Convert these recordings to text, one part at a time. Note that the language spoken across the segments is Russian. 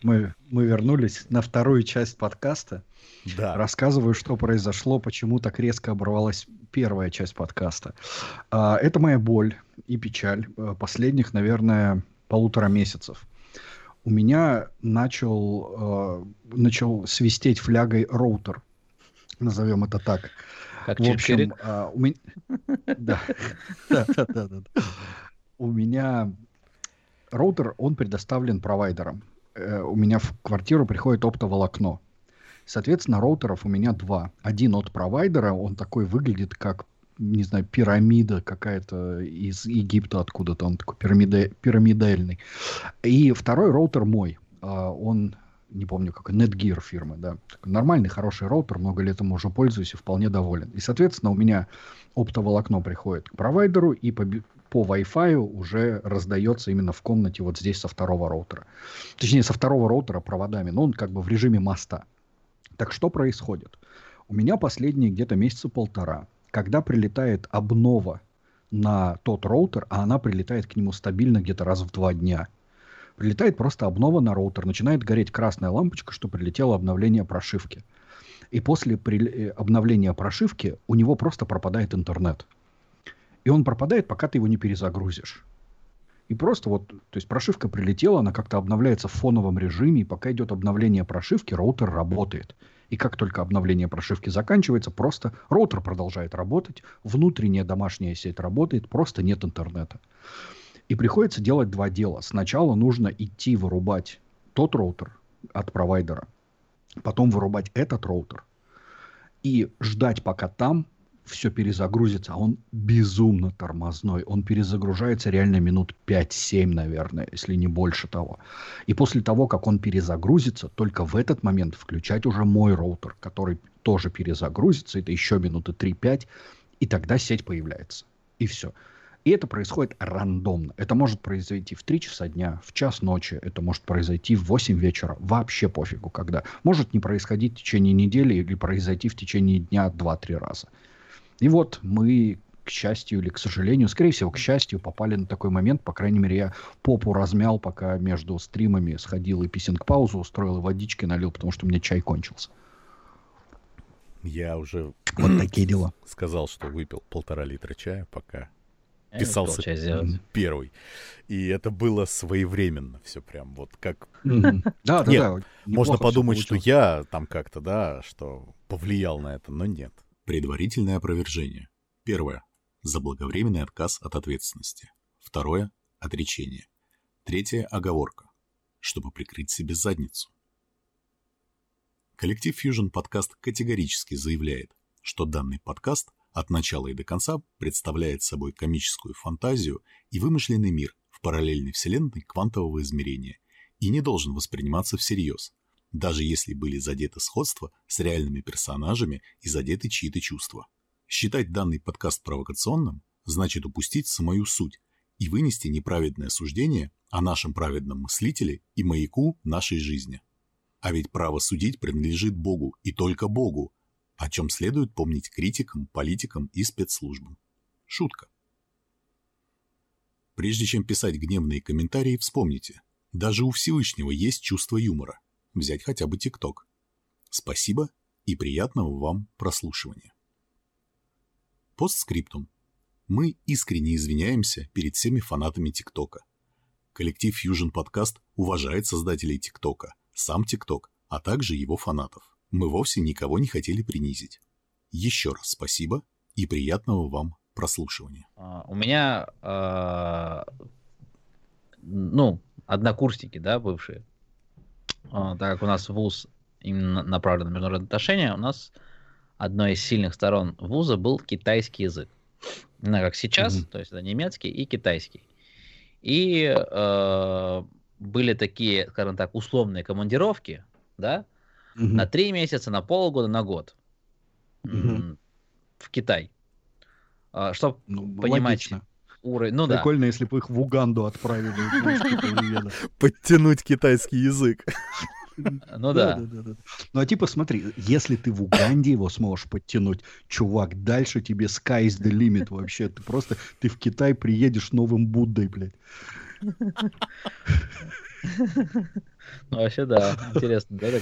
Мы вернулись на вторую часть подкаста. Да. Рассказываю, что произошло, почему так резко оборвалась первая часть подкаста. Это моя боль и печаль последних, наверное, 1,5 месяцев. У меня начал свистеть флягой роутер. Назовем это так. Как в общем, чирикерик? у меня... Да. У меня роутер, он предоставлен провайдером. У меня в квартиру приходит оптоволокно. Соответственно, роутеров у меня 2. Один от провайдера, он такой выглядит как, не знаю, пирамида какая-то из Египта откуда-то, он такой пирамидальный. И второй роутер мой, он, не помню какой, Netgear фирмы, да. Такой нормальный, хороший роутер, много лет ему уже пользуюсь и вполне доволен. И, соответственно, у меня оптоволокно приходит к провайдеру и по Wi-Fi уже раздается именно в комнате вот здесь со второго роутера. Точнее, со второго роутера проводами, но он как бы в режиме моста. Так что происходит? У меня последние где-то 1,5 месяца, когда прилетает обнова на тот роутер, а она прилетает к нему стабильно где-то раз в 2 дня. Прилетает просто обнова на роутер, начинает гореть красная лампочка, что прилетело обновление прошивки. И после обновления прошивки у него просто пропадает интернет. И он пропадает, пока ты его не перезагрузишь. И просто вот, то есть прошивка прилетела, она как-то обновляется в фоновом режиме, и пока идет обновление прошивки, роутер работает. И как только обновление прошивки заканчивается, просто роутер продолжает работать, внутренняя домашняя сеть работает, просто нет интернета. И приходится делать 2 дела. Сначала нужно идти вырубать тот роутер от провайдера, потом вырубать этот роутер и ждать, пока там все перезагрузится, а он безумно тормозной. Он перезагружается реально минут 5-7, наверное, если не больше того. И после того, как он перезагрузится, только в этот момент включать уже мой роутер, который тоже перезагрузится, это еще минуты 3-5, и тогда сеть появляется. И все. И это происходит рандомно. Это может произойти в 3 часа дня, в 1 ночи, это может произойти в 8 вечера. Вообще пофигу, когда. Может не происходить в течение недели или произойти в течение дня 2-3 раза. И вот мы, к счастью или к сожалению, скорее всего, к счастью, попали на такой момент. По крайней мере, я попу размял, пока между стримами сходил и писинг-паузу устроил, и водички налил, потому что у меня чай кончился. Я уже вот такие дела. Сказал, что выпил 1,5 литра чая, пока писался первый. И это было своевременно все прям вот как... Да. Можно подумать, что я там как-то, да, что повлиял на это, но нет. Предварительное опровержение. 1. Заблаговременный отказ от ответственности. 2. Отречение. 3. Оговорка. Чтобы прикрыть себе задницу. Коллектив Fusion Podcast категорически заявляет, что данный подкаст от начала и до конца представляет собой комическую фантазию и вымышленный мир в параллельной вселенной квантового измерения и не должен восприниматься всерьез, даже если были задеты сходства с реальными персонажами и задеты чьи-то чувства. Считать данный подкаст провокационным значит упустить самую суть и вынести неправедное суждение о нашем праведном мыслителе и маяку нашей жизни. А ведь право судить принадлежит Богу и только Богу, о чем следует помнить критикам, политикам и спецслужбам. Шутка. Прежде чем писать гневные комментарии, вспомните, даже у Всевышнего есть чувство юмора. Взять хотя бы ТикТок. Спасибо и приятного вам прослушивания. Постскриптум. Мы искренне извиняемся перед всеми фанатами ТикТока. Коллектив Fusion Podcast уважает создателей ТикТока, сам ТикТок, а также его фанатов. Мы вовсе никого не хотели принизить. Еще раз спасибо и приятного вам прослушивания. У меня, однокурсники, да, бывшие. Так как у нас вуз именно направлен на международные отношения, у нас одной из сильных сторон вуза был китайский язык. Ну, как сейчас, то есть это немецкий и китайский. И были такие, скажем так, условные командировки, да, на 3 месяца, на полгода, на год в Китай. Чтобы понимать уровень. Прикольно, если бы их в Уганду отправили. Подтянуть китайский язык. Ну да. Ну а типа смотри, если ты в Уганде его сможешь подтянуть, чувак, дальше тебе sky is the limit вообще. Ты в Китай приедешь новым Буддой, блядь. Ну, вообще, да, интересно, да, так?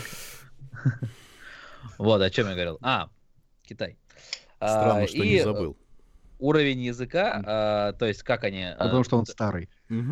Вот, о чем я говорил. Китай. Странно, что не И забыл. уровень языка, то есть как они Потому что он старый.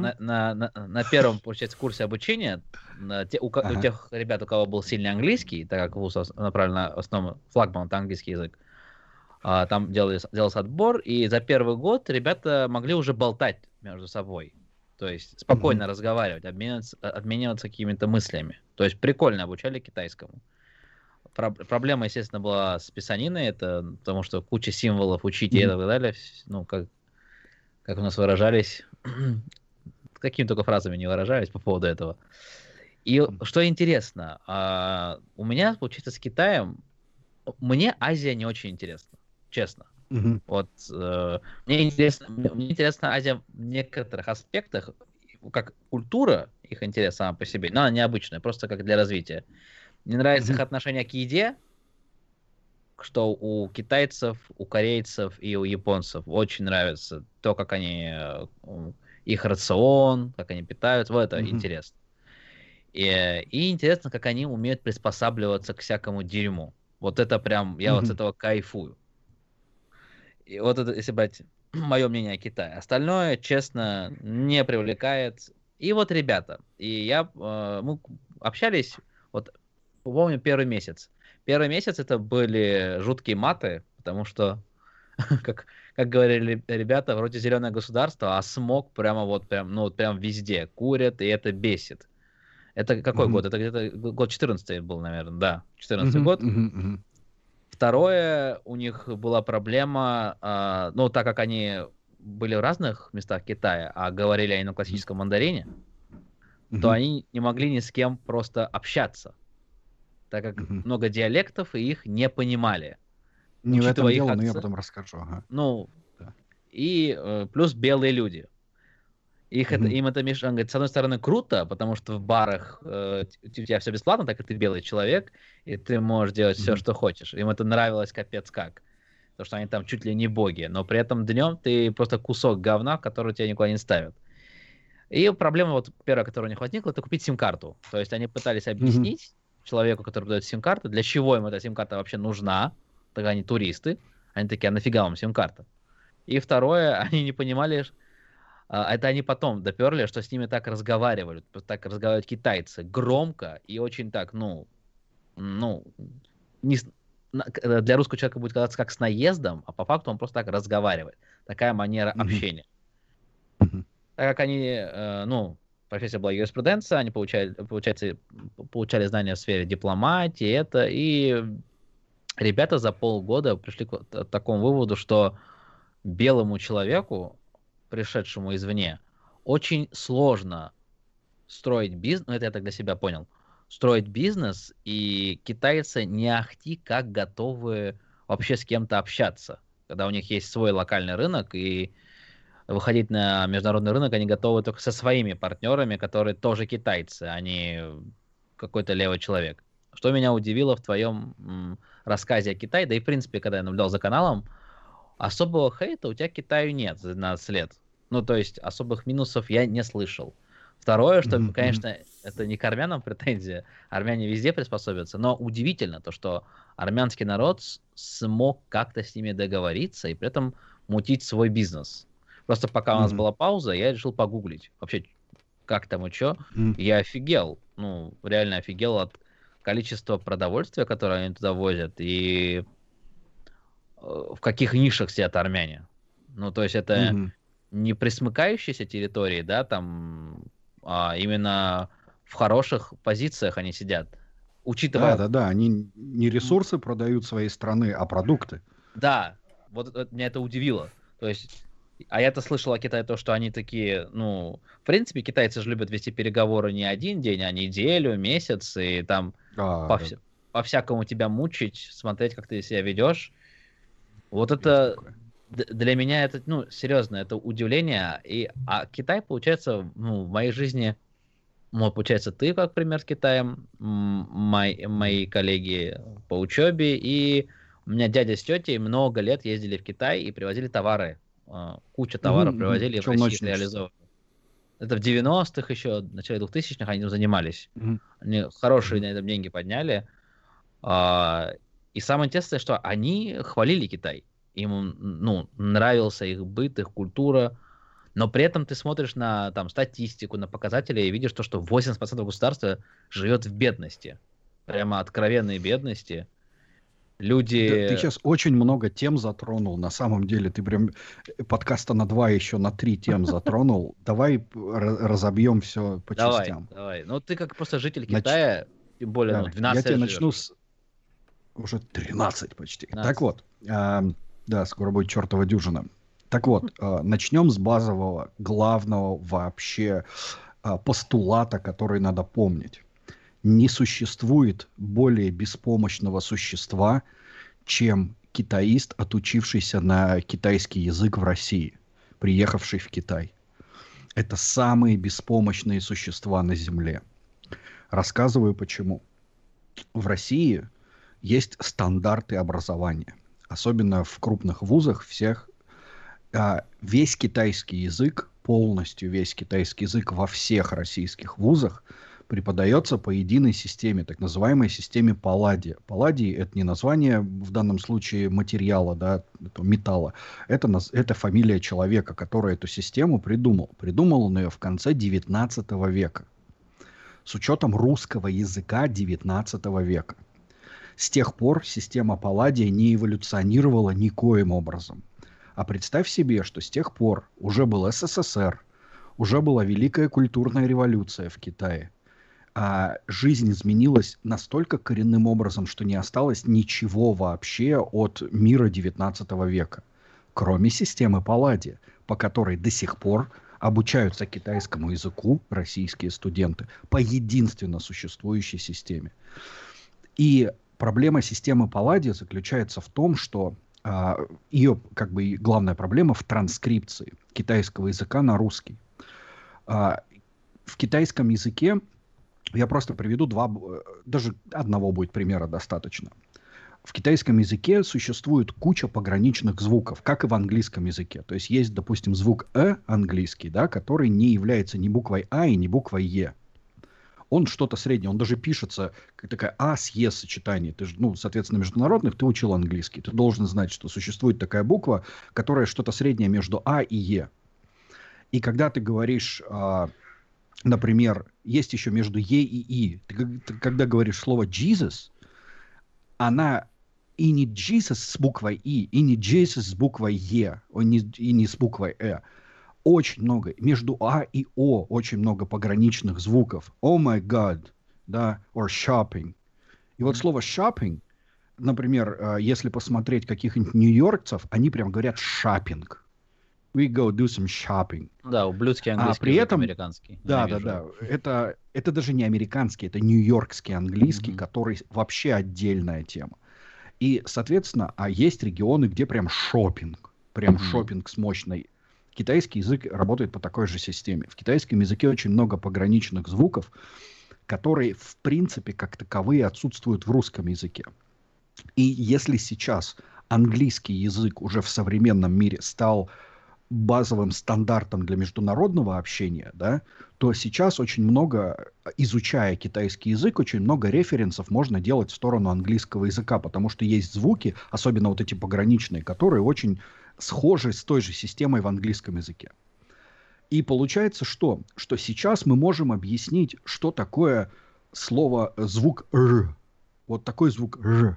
на первом, получается, курсе обучения у тех ребят, у кого был сильный английский, так как вуз направлен на основном флагман, это английский язык, там делался отбор, и за первый год ребята могли уже болтать между собой. То есть спокойно разговаривать, обмениваться какими-то мыслями. То есть прикольно обучали китайскому. Проблема, естественно, была с писаниной, это потому что куча символов учить и так далее. Ну, как у нас выражались, какими только фразами не выражались по поводу этого. И что интересно, у меня, получается, с Китаем, мне Азия не очень интересна, честно. Вот мне интересна Азия в некоторых аспектах, как культура их интересна сама по себе, но она необычная, просто как для развития. Мне нравится их отношение к еде, что у китайцев, у корейцев и у японцев очень нравится то, как они, их рацион, как они питаются, вот это интересно. И интересно, как они умеют приспосабливаться к всякому дерьму. Вот это прям, я вот с этого кайфую. И вот это, если брать мое мнение о Китае. Остальное, честно, не привлекает. И вот ребята, мы общались, вот помню первый месяц. Первый месяц это были жуткие маты, потому что, как говорили ребята, вроде зеленое государство, а смог прям везде курят, и это бесит. Это какой год? Это где-то год 14 был, наверное, да, 14 год. Второе, у них была проблема, так как они были в разных местах Китая, а говорили они на классическом мандарине, то они не могли ни с кем просто общаться, так как много диалектов, и их не понимали. Не в этом дело, но я потом расскажу. И плюс белые люди. Им это мешает. Он говорит, с одной стороны, круто, потому что в барах у тебя все бесплатно, так как ты белый человек, и ты можешь делать все, что хочешь. Им это нравилось капец как. Потому что они там чуть ли не боги. Но при этом днем ты просто кусок говна, который тебя никуда не ставят. И проблема, вот первая, которая у них возникла, это купить сим-карту. То есть они пытались объяснить человеку, который продает сим-карту, для чего им эта сим-карта вообще нужна. Так они туристы. Они такие, а нафига вам сим-карта? И второе, они не понимали, это они потом доперли, что с ними так разговаривают китайцы громко и очень так, для русского человека будет казаться как с наездом, а по факту он просто так разговаривает. Такая манера общения. Так как они, профессия была юриспруденция, они получали знания в сфере дипломатии, и ребята за полгода пришли к такому выводу, что белому человеку, пришедшему извне, очень сложно строить бизнес, это я так для себя понял, строить бизнес, и китайцы не ахти как готовы вообще с кем-то общаться, когда у них есть свой локальный рынок, и выходить на международный рынок они готовы только со своими партнерами, которые тоже китайцы, а не какой-то левый человек. Что меня удивило в твоем рассказе о Китае, да и в принципе, когда я наблюдал за каналом, особого хейта у тебя к Китаю нет за 12 лет. То есть особых минусов я не слышал. Второе, что, конечно, это не к армянам претензия. Армяне везде приспособятся. Но удивительно то, что армянский народ смог как-то с ними договориться и при этом мутить свой бизнес. Просто пока у нас была пауза, я решил погуглить. Вообще, как там и что. Я офигел. Реально офигел от количества продовольствия, которое они туда возят. И в каких нишах сидят армяне. То есть это не присмыкающиеся территории, да, там, а именно в хороших позициях они сидят. Учитывая... Да, они не ресурсы продают своей страны, а продукты. Да, вот меня это удивило. То есть, а я-то слышал о Китае то, что они такие, в принципе, китайцы же любят вести переговоры не один день, а неделю, месяц, и там по-всякому тебя мучить, смотреть, как ты себя ведешь. Вот это для меня это, серьезно, это удивление. А Китай, получается, в моей жизни, получается, ты, как пример с Китаем, мои коллеги по учебе, и у меня дядя с тетей много лет ездили в Китай и привозили товары. Куча товаров привозили и в России их реализовывали. Это в 90-х еще, в начале 2000-х они занимались. Они хорошие на этом деньги подняли. И самое интересное, что они хвалили Китай. Им нравился их быт, их культура. Но при этом ты смотришь на там, статистику, на показатели и видишь то, что 80% государства живет в бедности. Прямо откровенной бедности. Люди... Ты сейчас очень много тем затронул. На самом деле, ты прям подкаста на 2, еще на 3 тем затронул. Давай разобьем все по частям. Давай. Ну, ты как просто житель Китая, тем более, 12 лет я тебе начну с... Уже 13 почти. 15. Так вот, да, скоро будет чертова дюжина. Так вот, начнем с базового, главного вообще постулата, который надо помнить. Не существует более беспомощного существа, чем китаист, отучившийся на китайский язык в России, приехавший в Китай. Это самые беспомощные существа на Земле. Рассказываю почему. В России есть стандарты образования. Особенно в крупных вузах всех. Весь китайский язык, полностью весь китайский язык во всех российских вузах преподается по единой системе, так называемой системе Палладия. Палладий — это не название в данном случае материала, да, металла. Это фамилия человека, который эту систему придумал. Придумал он ее в конце 19 века. С учетом русского языка 19 века. С тех пор система Палладия не эволюционировала никоим образом. А представь себе, что с тех пор уже был СССР, уже была Великая культурная революция в Китае. А жизнь изменилась настолько коренным образом, что не осталось ничего вообще от мира 19 века, кроме системы Палладия, по которой до сих пор обучаются китайскому языку российские студенты по единственно существующей системе. И проблема системы Палладия заключается в том, что ее как бы главная проблема в транскрипции китайского языка на русский. В китайском языке я просто приведу даже одного будет примера достаточно. В китайском языке существует куча пограничных звуков, как и в английском языке. То есть есть, допустим, звук английский, да, который не является ни буквой А и ни буквой Е. Он что-то среднее, он даже пишется как такая А с Е сочетание. Ты же, соответственно, международных ты учил английский. Ты должен знать, что существует такая буква, которая что-то среднее между А и Е. И когда ты говоришь, например, есть еще между Е и И. Ты когда говоришь слово Jesus, она и не Jesus с буквой И, и не Jesus с буквой Е, и не с буквой Э. Очень много. Между А и О очень много пограничных звуков. Oh my God, да, or shopping. И вот слово shopping, например, если посмотреть каких-нибудь нью-йоркцев, они прям говорят shopping. We go do some shopping. Да, ублюдский английский, при этом, американский. Да. Это даже не американский, это нью-йоркский английский, который вообще отдельная тема. И, соответственно, есть регионы, где прям шопинг. Прям шопинг с мощной. Китайский язык работает по такой же системе. В китайском языке очень много пограничных звуков, которые, в принципе, как таковые отсутствуют в русском языке. И если сейчас английский язык уже в современном мире стал базовым стандартом для международного общения, да, то сейчас очень много, изучая китайский язык, очень много референсов можно делать в сторону английского языка, потому что есть звуки, особенно вот эти пограничные, которые очень схожи с той же системой в английском языке. И получается что? Что сейчас мы можем объяснить, что такое слово, звук «р». Вот такой звук «р».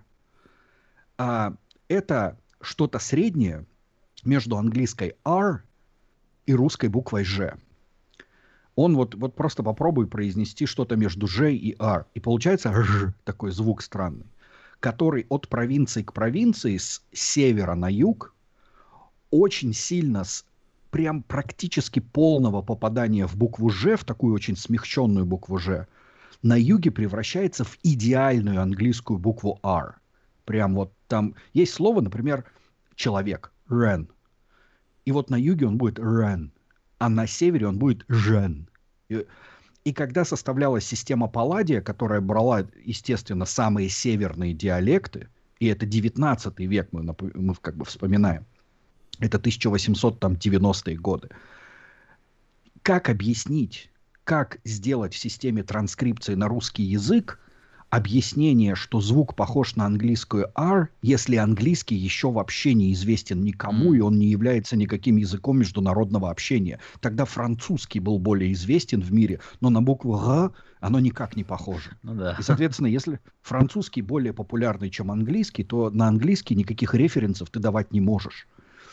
Это что-то среднее между английской R и русской буквой Ж. Он вот просто попробуй произнести что-то между Ж и R. И получается Ж, такой звук странный, который от провинции к провинции, с севера на юг, очень сильно, прям практически полного попадания в букву Ж, в такую очень смягченную букву Ж, на юге превращается в идеальную английскую букву R. Прям вот там есть слово, например, человек, ren. И вот на юге он будет ren, а на севере он будет жен. И когда составлялась система Палладия, которая брала, естественно, самые северные диалекты, и это 19 век мы как бы вспоминаем, это 1890-е годы, как объяснить, как сделать в системе транскрипции на русский язык объяснение, что звук похож на английскую R, если английский еще вообще неизвестен никому, и он не является никаким языком международного общения. Тогда французский был более известен в мире, но на букву Г оно никак не похоже. Ну да. И, соответственно, если французский более популярный, чем английский, то на английский никаких референсов ты давать не можешь.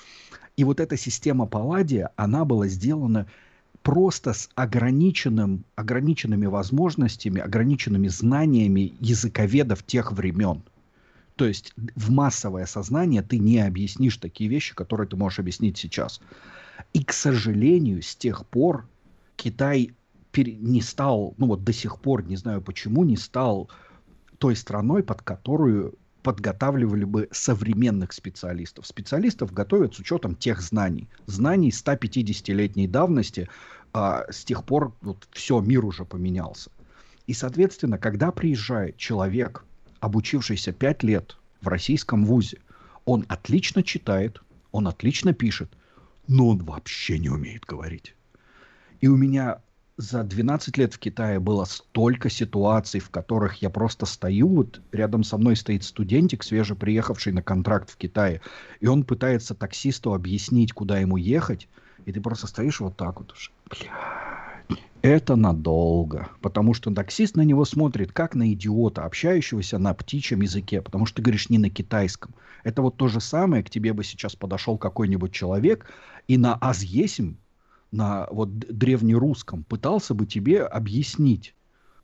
И вот эта система Палладия, она была сделана просто с ограниченными возможностями, ограниченными знаниями языковедов тех времен. То есть в массовое сознание ты не объяснишь такие вещи, которые ты можешь объяснить сейчас. И, к сожалению, с тех пор Китай не стал, ну вот до сих пор, не знаю почему, не стал той страной, под которую подготавливали бы современных специалистов. Специалистов готовят с учетом тех знаний. Знаний 150-летней давности. С тех пор вот, все, мир уже поменялся. И, соответственно, когда приезжает человек, обучившийся 5 лет в российском вузе, он отлично читает, он отлично пишет, но он вообще не умеет говорить. И у меня за 12 лет в Китае было столько ситуаций, в которых я просто стою, вот рядом со мной стоит студентик, свежеприехавший на контракт в Китае, и он пытается таксисту объяснить, куда ему ехать, и ты просто стоишь вот так вот уже. Блядь, это надолго, потому что таксист на него смотрит как на идиота, общающегося на птичьем языке, потому что ты говоришь не на китайском. Это вот то же самое, к тебе бы сейчас подошел какой-нибудь человек и на аз-есим, на вот древнерусском, пытался бы тебе объяснить.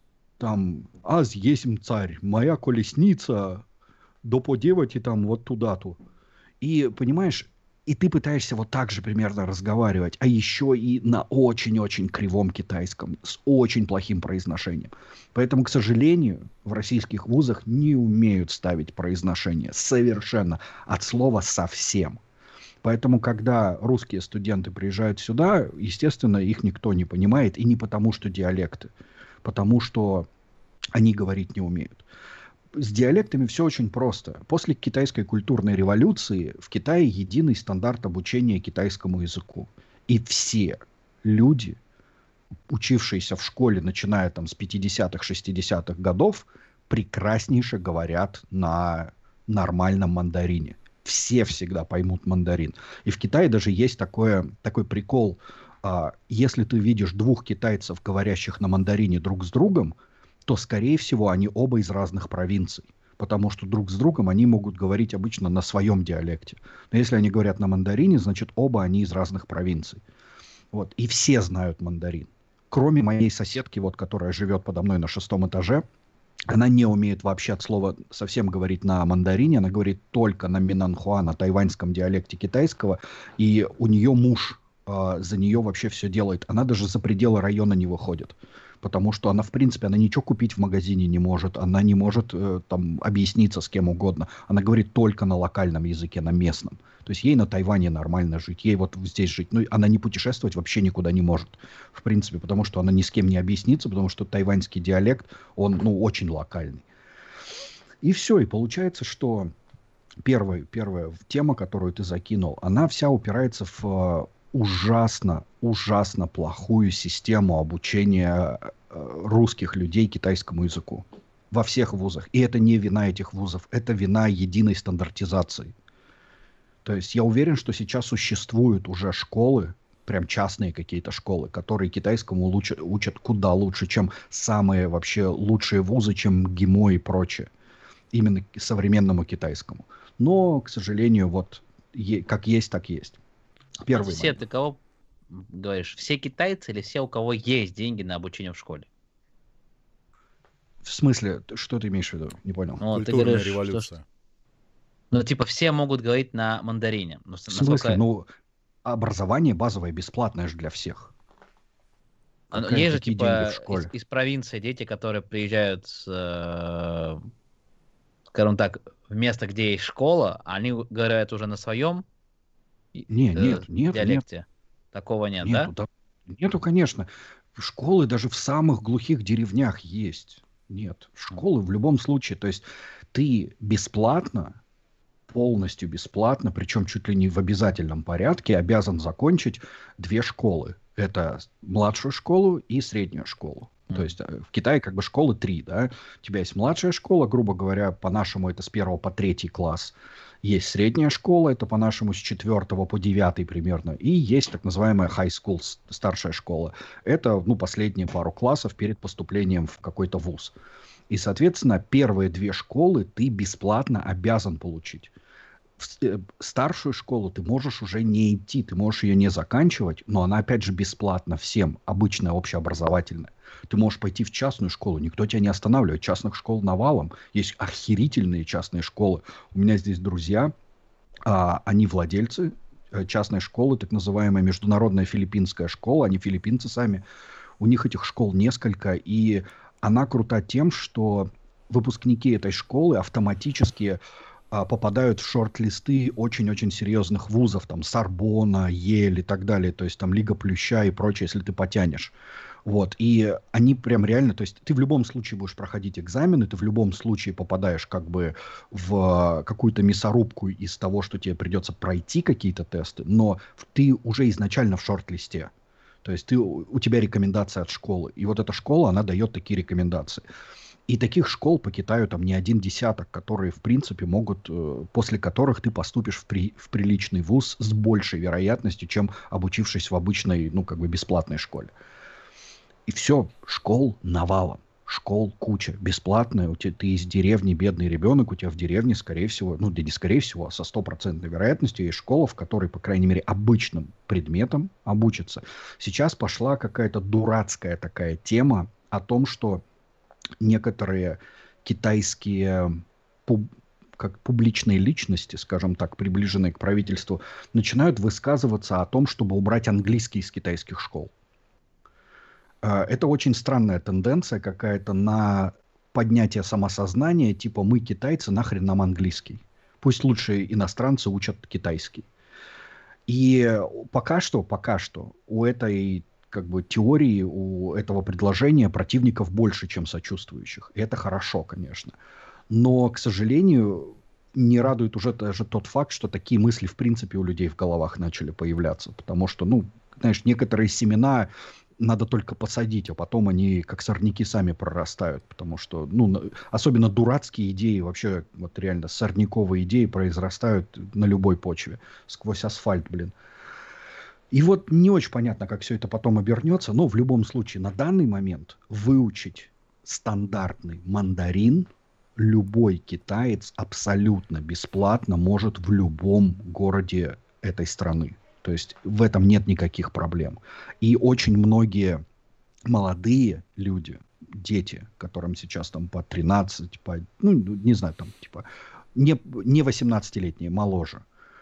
Там, аз есмь царь, моя колесница, доподевайте там вот туда-то. И, понимаешь, и ты пытаешься вот так же примерно разговаривать, а еще и на очень-очень кривом китайском, с очень плохим произношением. Поэтому, к сожалению, в российских вузах не умеют ставить произношение совершенно, от слова совсем. Поэтому, когда русские студенты приезжают сюда, естественно, их никто не понимает. И не потому, что диалекты. Потому, что они говорить не умеют. С диалектами все очень просто. После китайской культурной революции в Китае единый стандарт обучения китайскому языку. И все люди, учившиеся в школе, начиная там с 50-х, 60-х годов, прекраснейше говорят на нормальном мандарине. Все всегда поймут мандарин. И в Китае даже есть такой прикол. Если ты видишь двух китайцев, говорящих на мандарине друг с другом, то, скорее всего, они оба из разных провинций. Потому что друг с другом они могут говорить обычно на своем диалекте. Но если они говорят на мандарине, значит, оба они из разных провинций. Вот. И все знают мандарин. Кроме моей соседки, вот, которая живет подо мной на 6-м этаже, она не умеет вообще от слова совсем говорить на мандарине, она говорит только на минанхуа, на тайваньском диалекте китайского, и у нее муж за нее вообще все делает. Она даже за пределы района не выходит, потому что она, в принципе, она ничего купить в магазине не может, она не может там объясниться с кем угодно. Она говорит только на локальном языке, на местном. То есть ей на Тайване нормально жить, ей вот здесь жить. Ну, она не путешествовать вообще никуда не может, в принципе, потому что она ни с кем не объяснится, потому что тайваньский диалект, он, ну, очень локальный. И все, и получается, что первая тема, которую ты закинул, она вся упирается в ужасно плохую систему обучения русских людей китайскому языку во всех вузах. И это не вина этих вузов, это вина единой стандартизации. То есть я уверен, что сейчас существуют уже школы, прям частные какие-то школы, которые китайскому учат куда лучше, чем самые вообще лучшие вузы, чем МГИМО и прочее. Именно современному китайскому. Но, к сожалению, вот как есть, так есть. Первый все, момент. ты кого говоришь? Все китайцы или все, у кого есть деньги на обучение в школе? В смысле, что ты имеешь в виду? Не понял. Ну, ты Культурная говоришь, революция. Ну, типа, все могут говорить на мандарине. В смысле? Ну, образование базовое бесплатное же для всех. Есть же, какие типа, деньги в школе? из провинции дети, которые приезжают, скажем так, в место, где есть школа, они говорят уже на своем Нет. диалекте. Такого нет, Нету, да? Нету, конечно. Школы даже в самых глухих деревнях есть. Нет. Школы в любом случае. То есть ты бесплатно, полностью бесплатно, причем чуть ли не в обязательном порядке, обязан закончить 2 школы. Это младшую школу и среднюю школу. То есть в Китае как бы школы 3, да. У тебя есть младшая школа, грубо говоря, по-нашему это с 1 по 3 класс. Есть средняя школа, это по-нашему с 4 по 9 примерно. И есть так называемая high school, старшая школа. Это, ну, последние пару классов перед поступлением в какой-то вуз. И, соответственно, первые 2 школы ты бесплатно обязан получить. В старшую школу ты можешь уже не идти, ты можешь ее не заканчивать, но она, опять же, бесплатна всем, обычная, общеобразовательная. Ты можешь пойти в частную школу, никто тебя не останавливает, частных школ навалом, есть охерительные частные школы. У меня здесь друзья, они владельцы частной школы, так называемая международная филиппинская школа, они филиппинцы сами, у них этих школ несколько, и она крута тем, что выпускники этой школы автоматически попадают в шорт-листы очень-очень серьезных вузов, там, Сорбонна, Ель и так далее, то есть там Лига Плюща и прочее, если ты потянешь. Вот, и они прям реально, то есть ты в любом случае будешь проходить экзамены, ты в любом случае попадаешь как бы в какую-то мясорубку из того, что тебе придется пройти какие-то тесты, но ты уже изначально в шорт-листе. То есть у тебя рекомендация от школы. И вот эта школа, она дает такие рекомендации. И таких школ по Китаю там не один десяток, которые, в принципе, могут, после которых ты поступишь в приличный вуз с большей вероятностью, чем обучившись в обычной, ну, как бы бесплатной школе. И все, школ навалом. Школ куча, бесплатная. Ты из деревни, бедный ребенок, у тебя в деревне, скорее всего, ну, да не скорее всего, а со 100% вероятностью есть школа, в которой, по крайней мере, обычным предметом обучатся. Сейчас пошла какая-то дурацкая такая тема о том, что некоторые китайские как публичные личности, скажем так, приближенные к правительству, начинают высказываться о том, чтобы убрать английский из китайских школ. Это очень странная тенденция какая-то на поднятие самосознания, типа мы китайцы, нахрен нам английский. Пусть лучше иностранцы учат китайский. И пока что у этой как бы теории, у этого предложения противников больше, чем сочувствующих. И это хорошо, конечно. Но, к сожалению, не радует уже даже тот факт, что такие мысли, в принципе, у людей в головах начали появляться. Потому что, ну, знаешь, некоторые семена надо только посадить, а потом они как сорняки сами прорастают. Потому что, ну, особенно дурацкие идеи, вообще, вот реально сорняковые идеи произрастают на любой почве. Сквозь асфальт, блин. И вот не очень понятно, как все это потом обернется, но в любом случае на данный момент выучить стандартный мандарин любой китаец абсолютно бесплатно может в любом городе этой страны. То есть в этом нет никаких проблем. И очень многие молодые люди, дети, которым сейчас там по 13, ну, не знаю, там типа не 18-летние, моложе,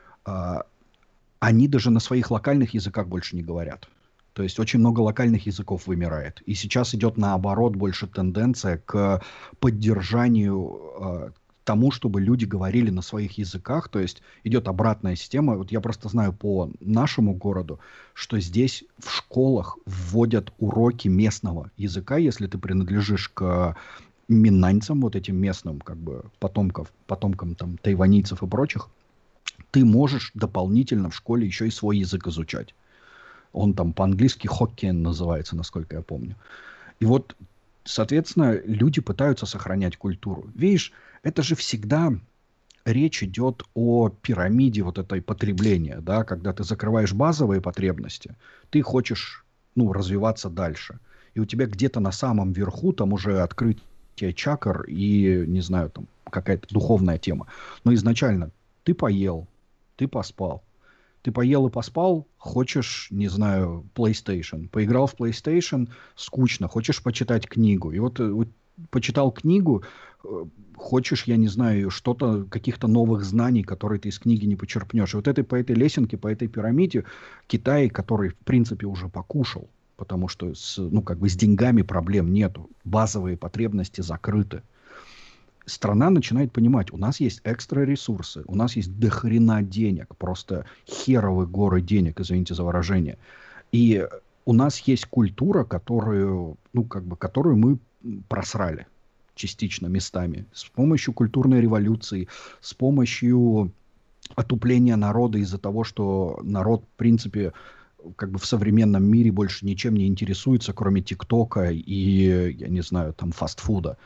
они даже на своих локальных языках больше не говорят. То есть очень много локальных языков вымирает. И сейчас идет наоборот больше тенденция к поддержанию тому, чтобы люди говорили на своих языках. То есть идет обратная система. Вот я просто знаю по нашему городу, что здесь в школах вводят уроки местного языка, если ты принадлежишь к миннаньцам, вот этим местным как бы потомкам там тайванийцев и прочих. Ты можешь дополнительно в школе еще и свой язык изучать. Он там по-английски хоккейн называется, насколько я помню. И вот, соответственно, люди пытаются сохранять культуру. Видишь, это же всегда речь идет о пирамиде вот этой потребления, да, когда ты закрываешь базовые потребности, ты хочешь, ну, развиваться дальше. И у тебя где-то на самом верху там уже открытие чакр и, не знаю, там какая-то духовная тема. Но изначально ты поел, ты поспал. Ты поел и поспал, хочешь, не знаю, PlayStation. Поиграл в PlayStation, скучно, хочешь почитать книгу. И вот почитал книгу, хочешь, я не знаю, что-то, каких-то новых знаний, которые ты из книги не почерпнешь. И вот по этой лесенке, по этой пирамиде Китай, который, в принципе, уже покушал, потому что с деньгами проблем нету. Базовые потребности закрыты. Страна начинает понимать, у нас есть экстра ресурсы, у нас есть дохрена денег, просто херовые горы денег, извините за выражение. И у нас есть культура, которую мы просрали частично местами. С помощью культурной революции, с помощью отупления народа из-за того, что народ, в принципе, как бы в современном мире больше ничем не интересуется, кроме ТикТока и, я не знаю, там, фастфуда.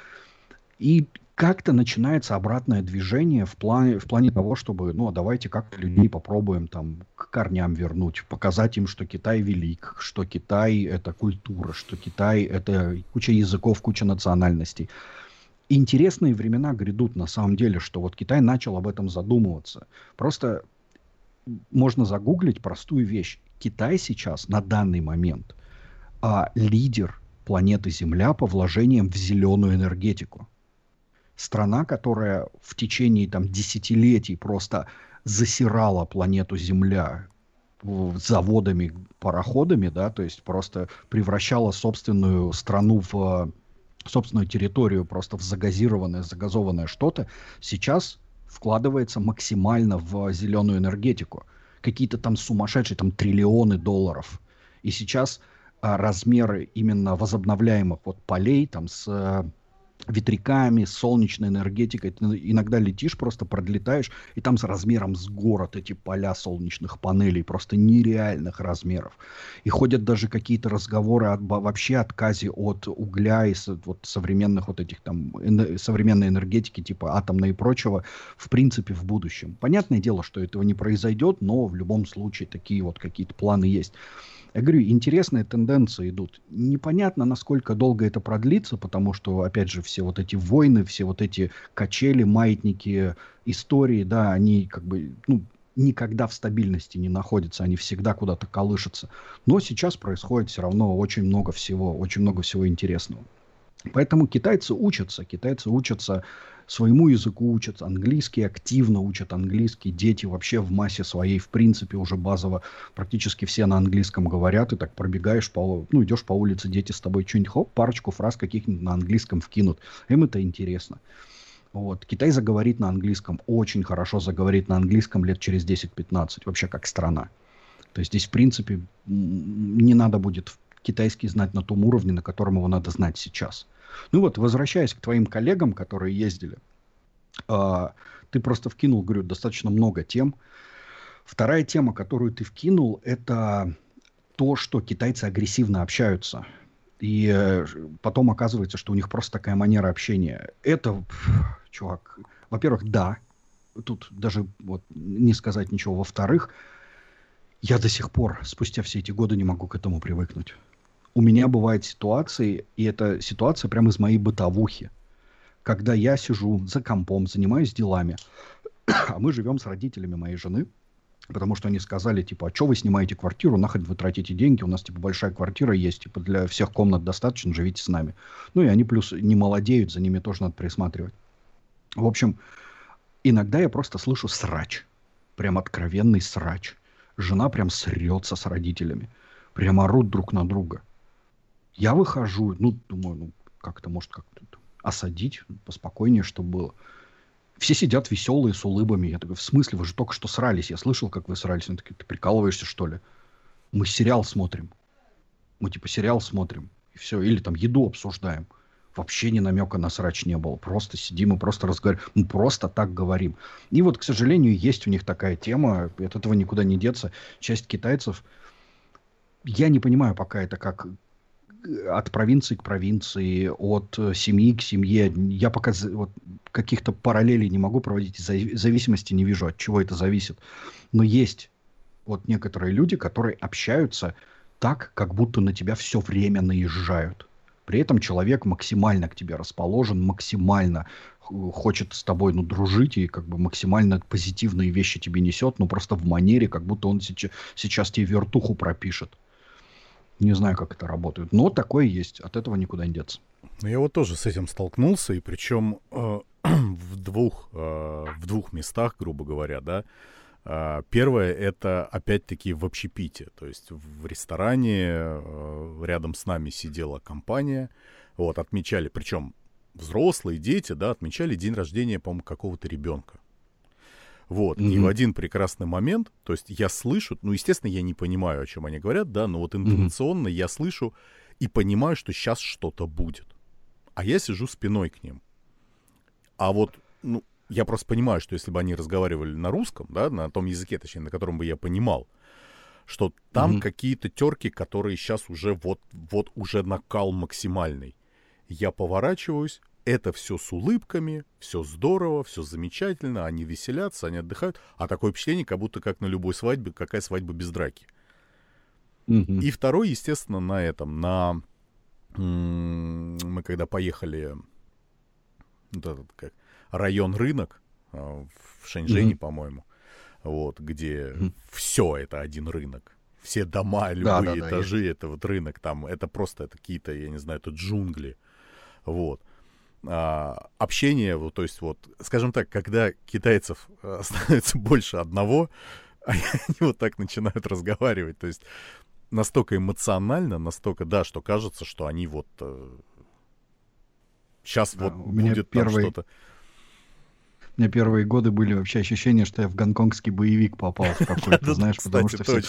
И как-то начинается обратное движение в плане того, чтобы, ну, давайте как-то людей попробуем там к корням вернуть, показать им, что Китай велик, что Китай — это культура, что Китай — это куча языков, куча национальностей. Интересные времена грядут на самом деле, что вот Китай начал об этом задумываться. Просто можно загуглить простую вещь. Китай сейчас, на данный момент, лидер планеты Земля по вложениям в зеленую энергетику. Страна, которая в течение там, десятилетий просто засирала планету Земля заводами, пароходами, да, то есть просто превращала собственную страну в собственную территорию просто в загазованное что-то, сейчас вкладывается максимально в зеленую энергетику. Какие-то там сумасшедшие там триллионы долларов. И сейчас размеры именно возобновляемых вот полей там с ветряками, с солнечной энергетикой. Ты иногда летишь, просто продлетаешь, и там с размером с город эти поля солнечных панелей, просто нереальных размеров. И ходят даже какие-то разговоры о вообще отказе от угля и вот современных вот этих там современной энергетики типа атомной и прочего, в принципе, в будущем. Понятное дело, что этого не произойдет, но в любом случае такие вот какие-то планы есть. Я говорю, интересные тенденции идут. Непонятно, насколько долго это продлится, потому что, опять же, все вот эти войны, все вот эти качели, маятники, истории, да, они как бы, ну, никогда в стабильности не находятся, они всегда куда-то колышутся. Но сейчас происходит все равно очень много всего интересного. Поэтому китайцы учатся своему языку, учатся английский, активно учат английский. Дети вообще в массе своей, в принципе, уже базово практически все на английском говорят. И так пробегаешь, идешь по улице, дети с тобой что-нибудь, хоп, парочку фраз каких-нибудь на английском вкинут. Им это интересно. Вот. Китай заговорит на английском, очень хорошо заговорит на английском лет через 10-15, вообще как страна. То есть здесь, в принципе, не надо будет китайский знать на том уровне, на котором его надо знать сейчас. Ну вот, возвращаясь к твоим коллегам, которые ездили, ты просто вкинул, говорю, достаточно много тем. Вторая тема, которую ты вкинул, это то, что китайцы агрессивно общаются. И потом оказывается, что у них просто такая манера общения. Это, чувак, во-первых, да, тут даже вот не сказать ничего. Во-вторых, я до сих пор, спустя все эти годы, не могу к этому привыкнуть. У меня бывают ситуации, и это ситуация прямо из моей бытовухи, когда я сижу за компом, занимаюсь делами, а мы живем с родителями моей жены, потому что они сказали, типа, а что вы снимаете квартиру, нахрен вы тратите деньги, у нас, типа, большая квартира есть, типа, для всех комнат достаточно, живите с нами. Ну, и они плюс не молодеют, за ними тоже надо присматривать. В общем, иногда я просто слышу срач, прям откровенный срач. Жена прям срется с родителями, прям орут друг на друга. Я выхожу, думаю, как-то, может, как-то осадить, поспокойнее, чтобы было. Все сидят веселые, с улыбами. Я такой, в смысле, вы же только что срались. Я слышал, как вы срались. Они такие, ты прикалываешься, что ли? Мы сериал смотрим. Мы, типа, сериал смотрим. И все. Или там еду обсуждаем. Вообще ни намека на срач не было. Просто сидим и просто разговариваем. Мы просто так говорим. И вот, к сожалению, есть у них такая тема. От этого никуда не деться. Часть китайцев... Я не понимаю пока это как... От провинции к провинции, от семьи к семье. Я пока вот, каких-то параллелей не могу проводить, зависимости не вижу, от чего это зависит. Но есть вот некоторые люди, которые общаются так, как будто на тебя все время наезжают. При этом человек максимально к тебе расположен, максимально хочет с тобой дружить и как бы максимально позитивные вещи тебе несет, но просто в манере, как будто он сейчас тебе вертуху пропишет. Не знаю, как это работает, но такое есть. От этого никуда не деться. Ну, я вот тоже с этим столкнулся, и причем в двух местах, грубо говоря, да. Первое — это опять-таки в общепите. То есть в ресторане рядом с нами сидела компания, вот, отмечали, причем взрослые, дети, да, отмечали день рождения, по-моему, какого-то ребенка. Вот, и в один прекрасный момент, то есть я слышу, естественно, я не понимаю, о чем они говорят, да, но вот интонационно я слышу и понимаю, что сейчас что-то будет. А я сижу спиной к ним. А вот, я просто понимаю, что если бы они разговаривали на русском, да, на том языке, точнее, на котором бы я понимал, что там какие-то терки, которые сейчас уже вот уже накал максимальный. Я поворачиваюсь, это все с улыбками, все здорово, все замечательно, они веселятся, они отдыхают, а такое впечатление, как будто как на любой свадьбе, какая свадьба без драки. И второй, естественно, мы когда поехали вот этот, район рынок в Шэньчжэне, по-моему, вот, где все это один рынок. Все дома, любые этажи, это вот рынок, там, это просто это какие-то, я не знаю, это джунгли. Вот. Общение, вот, то есть, вот, скажем так, когда китайцев становится больше одного, они вот так начинают разговаривать. То есть настолько эмоционально, настолько, да, что кажется, что они вот сейчас вот будет там что-то. У меня первые годы были вообще ощущения, что я в гонконгский боевик попал в какой-то, знаешь, потому что все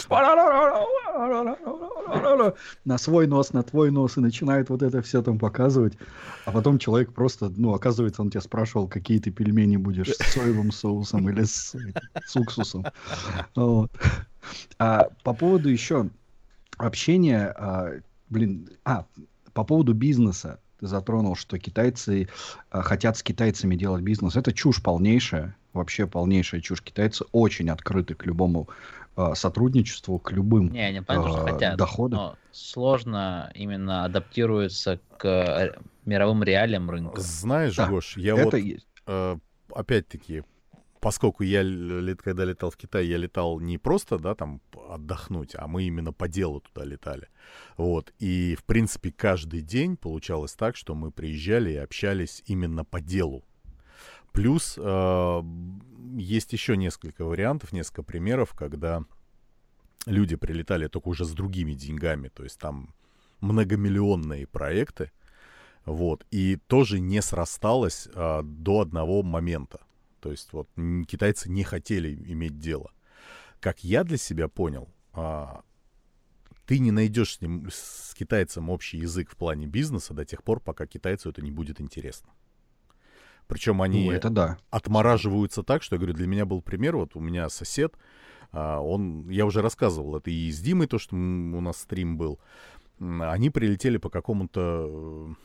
на свой нос, на твой нос, и начинают вот это все там показывать. А потом человек просто, оказывается, он тебя спрашивал, какие ты пельмени будешь, с соевым соусом или с уксусом. Вот. А по поводу еще общения, по поводу бизнеса. Ты затронул, что китайцы хотят с китайцами делать бизнес. Это чушь полнейшая, вообще полнейшая чушь. Китайцы очень открыты к любому сотрудничеству, к любым доходам. Но сложно именно адаптируется к мировым реалиям рынка. Знаешь, да, Гош, я опять-таки, поскольку я, когда летал в Китай, я летал не просто, да, там, отдохнуть, а мы именно по делу туда летали. Вот. И, в принципе, каждый день получалось так, что мы приезжали и общались именно по делу. Плюс есть еще несколько вариантов, несколько примеров, когда люди прилетали только уже с другими деньгами, то есть там многомиллионные проекты, вот, и тоже не срасталось до одного момента. То есть вот китайцы не хотели иметь дело. Как я для себя понял, ты не найдешь с китайцем общий язык в плане бизнеса до тех пор, пока китайцу это не будет интересно. Причем они отмораживаются так, что, я говорю, для меня был пример, вот у меня сосед, я уже рассказывал, это и с Димой то, что у нас стрим был, они прилетели по какому-то,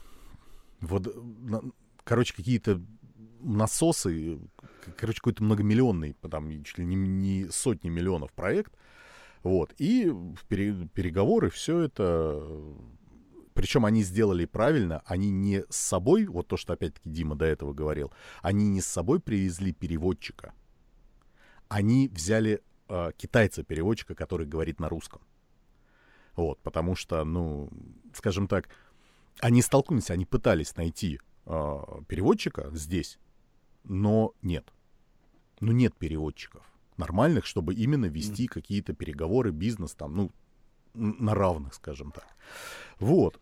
какие-то насосы, какой-то многомиллионный, там чуть ли не сотни миллионов проект, вот, и переговоры, все это, причем они сделали правильно, они не с собой, вот то, что опять-таки Дима до этого говорил, они не с собой привезли переводчика, они взяли китайца-переводчика, который говорит на русском, вот, потому что, скажем так, они столкнулись, они пытались найти переводчика здесь, но нет. Нет переводчиков нормальных, чтобы именно вести какие-то переговоры, бизнес там, на равных, скажем так. Вот.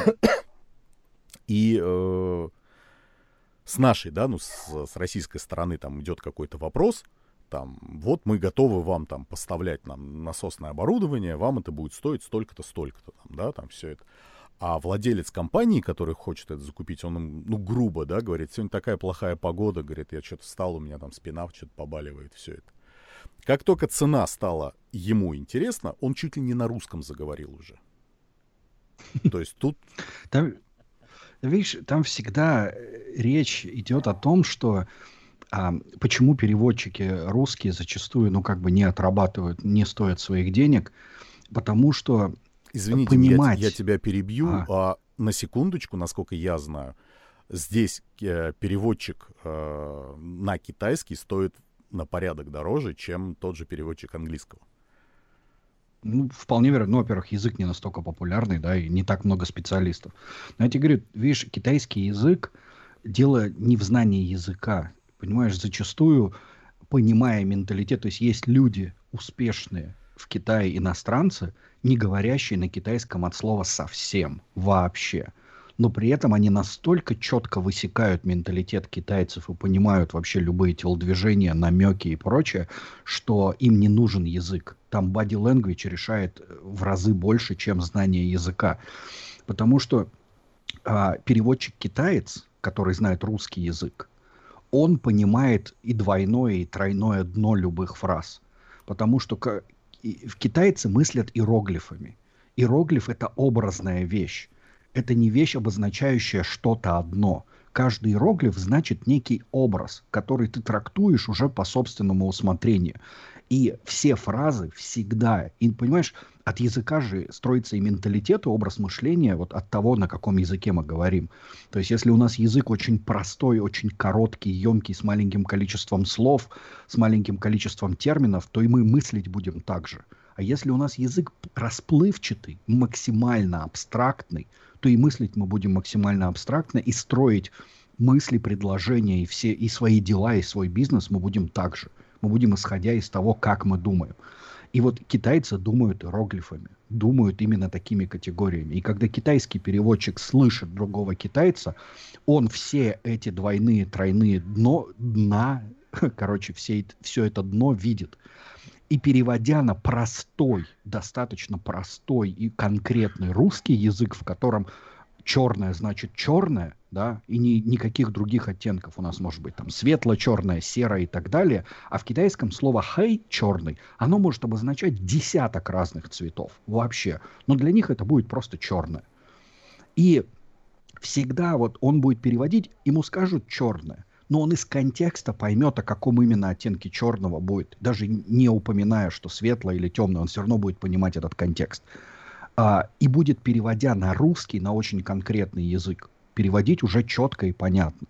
И с нашей, да, с российской стороны там идет какой-то вопрос, там, вот мы готовы вам там поставлять нам насосное оборудование, вам это будет стоить столько-то, столько-то, там, да, там все это. А владелец компании, который хочет это закупить, он им, грубо, да, говорит, сегодня такая плохая погода, говорит, я что-то встал, у меня там спина что-то побаливает, все это. Как только цена стала ему интересна, он чуть ли не на русском заговорил уже. То есть тут... Видишь, там всегда речь идет о том, что почему переводчики русские зачастую, не отрабатывают, не стоят своих денег, потому что Извините, я тебя перебью, на секундочку, насколько я знаю, здесь переводчик на китайский стоит на порядок дороже, чем тот же переводчик английского. Вполне вероятно. Во-первых, язык не настолько популярный, да, и не так много специалистов. Но я тебе говорю, видишь, китайский язык, дело не в знании языка. Понимаешь, зачастую, понимая менталитет, то есть есть люди успешные в Китае, иностранцы, не говорящие на китайском от слова совсем, вообще. Но при этом они настолько четко высекают менталитет китайцев и понимают вообще любые телодвижения, намеки и прочее, что им не нужен язык. Там body language решает в разы больше, чем знание языка. Потому что переводчик-китаец, который знает русский язык, он понимает и двойное, и тройное дно любых фраз. Потому что китайцы мыслят иероглифами. Иероглиф — это образная вещь. Это не вещь, обозначающая что-то одно. Каждый иероглиф значит некий образ, который ты трактуешь уже по собственному усмотрению. И все фразы всегда, и понимаешь, от языка же строится и менталитет, и образ мышления вот от того, на каком языке мы говорим. То есть если у нас язык очень простой, очень короткий, емкий, с маленьким количеством слов, с маленьким количеством терминов, то и мы мыслить будем так же. А если у нас язык расплывчатый, максимально абстрактный, то и мыслить мы будем максимально абстрактно, и строить мысли, предложения, и свои дела, и свой бизнес мы будем так же. Мы будем исходя из того, как мы думаем. И вот китайцы думают иероглифами, думают именно такими категориями. И когда китайский переводчик слышит другого китайца, он все эти двойные, тройные дна, короче, все это дно видит. И переводя на простой, достаточно простой и конкретный русский язык, в котором черное значит черное, да, и никаких других оттенков у нас может быть там светло-черное, серое и так далее, а в китайском слово «хэй» черный, оно может обозначать десяток разных цветов вообще, но для них это будет просто черное. И всегда вот он будет переводить, ему скажут черное, но он из контекста поймет, о каком именно оттенке черного будет, даже не упоминая, что светлое или темное, он все равно будет понимать этот контекст. И будет, переводя на русский, на очень конкретный язык, переводить уже четко и понятно.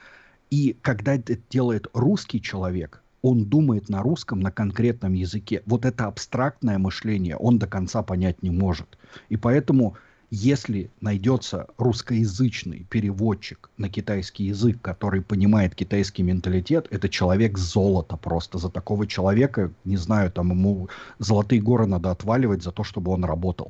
И когда это делает русский человек, он думает на русском, на конкретном языке. Вот это абстрактное мышление он до конца понять не может. И поэтому, если найдется русскоязычный переводчик на китайский язык, который понимает китайский менталитет, это человек золото просто. За такого человека, не знаю, там ему золотые горы надо отваливать за то, чтобы он работал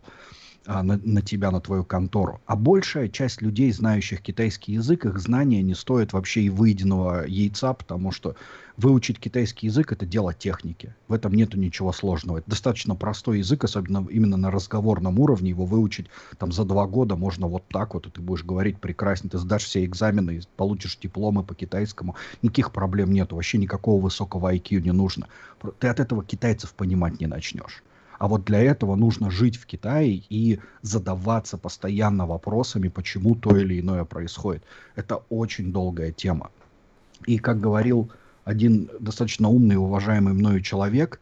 на тебя, на твою контору. А большая часть людей, знающих китайский язык, их знания не стоят вообще и выеденного яйца, потому что выучить китайский язык — это дело техники. В этом нету ничего сложного. Это достаточно простой язык, особенно именно на разговорном уровне. Его выучить там за 2 года можно вот так вот, и ты будешь говорить прекрасно. Ты сдашь все экзамены, получишь дипломы по китайскому. Никаких проблем нету. Вообще никакого высокого IQ не нужно. Ты от этого китайцев понимать не начнешь. А вот для этого нужно жить в Китае и задаваться постоянно вопросами, почему то или иное происходит. Это очень долгая тема. И, как говорил один достаточно умный и уважаемый мною человек,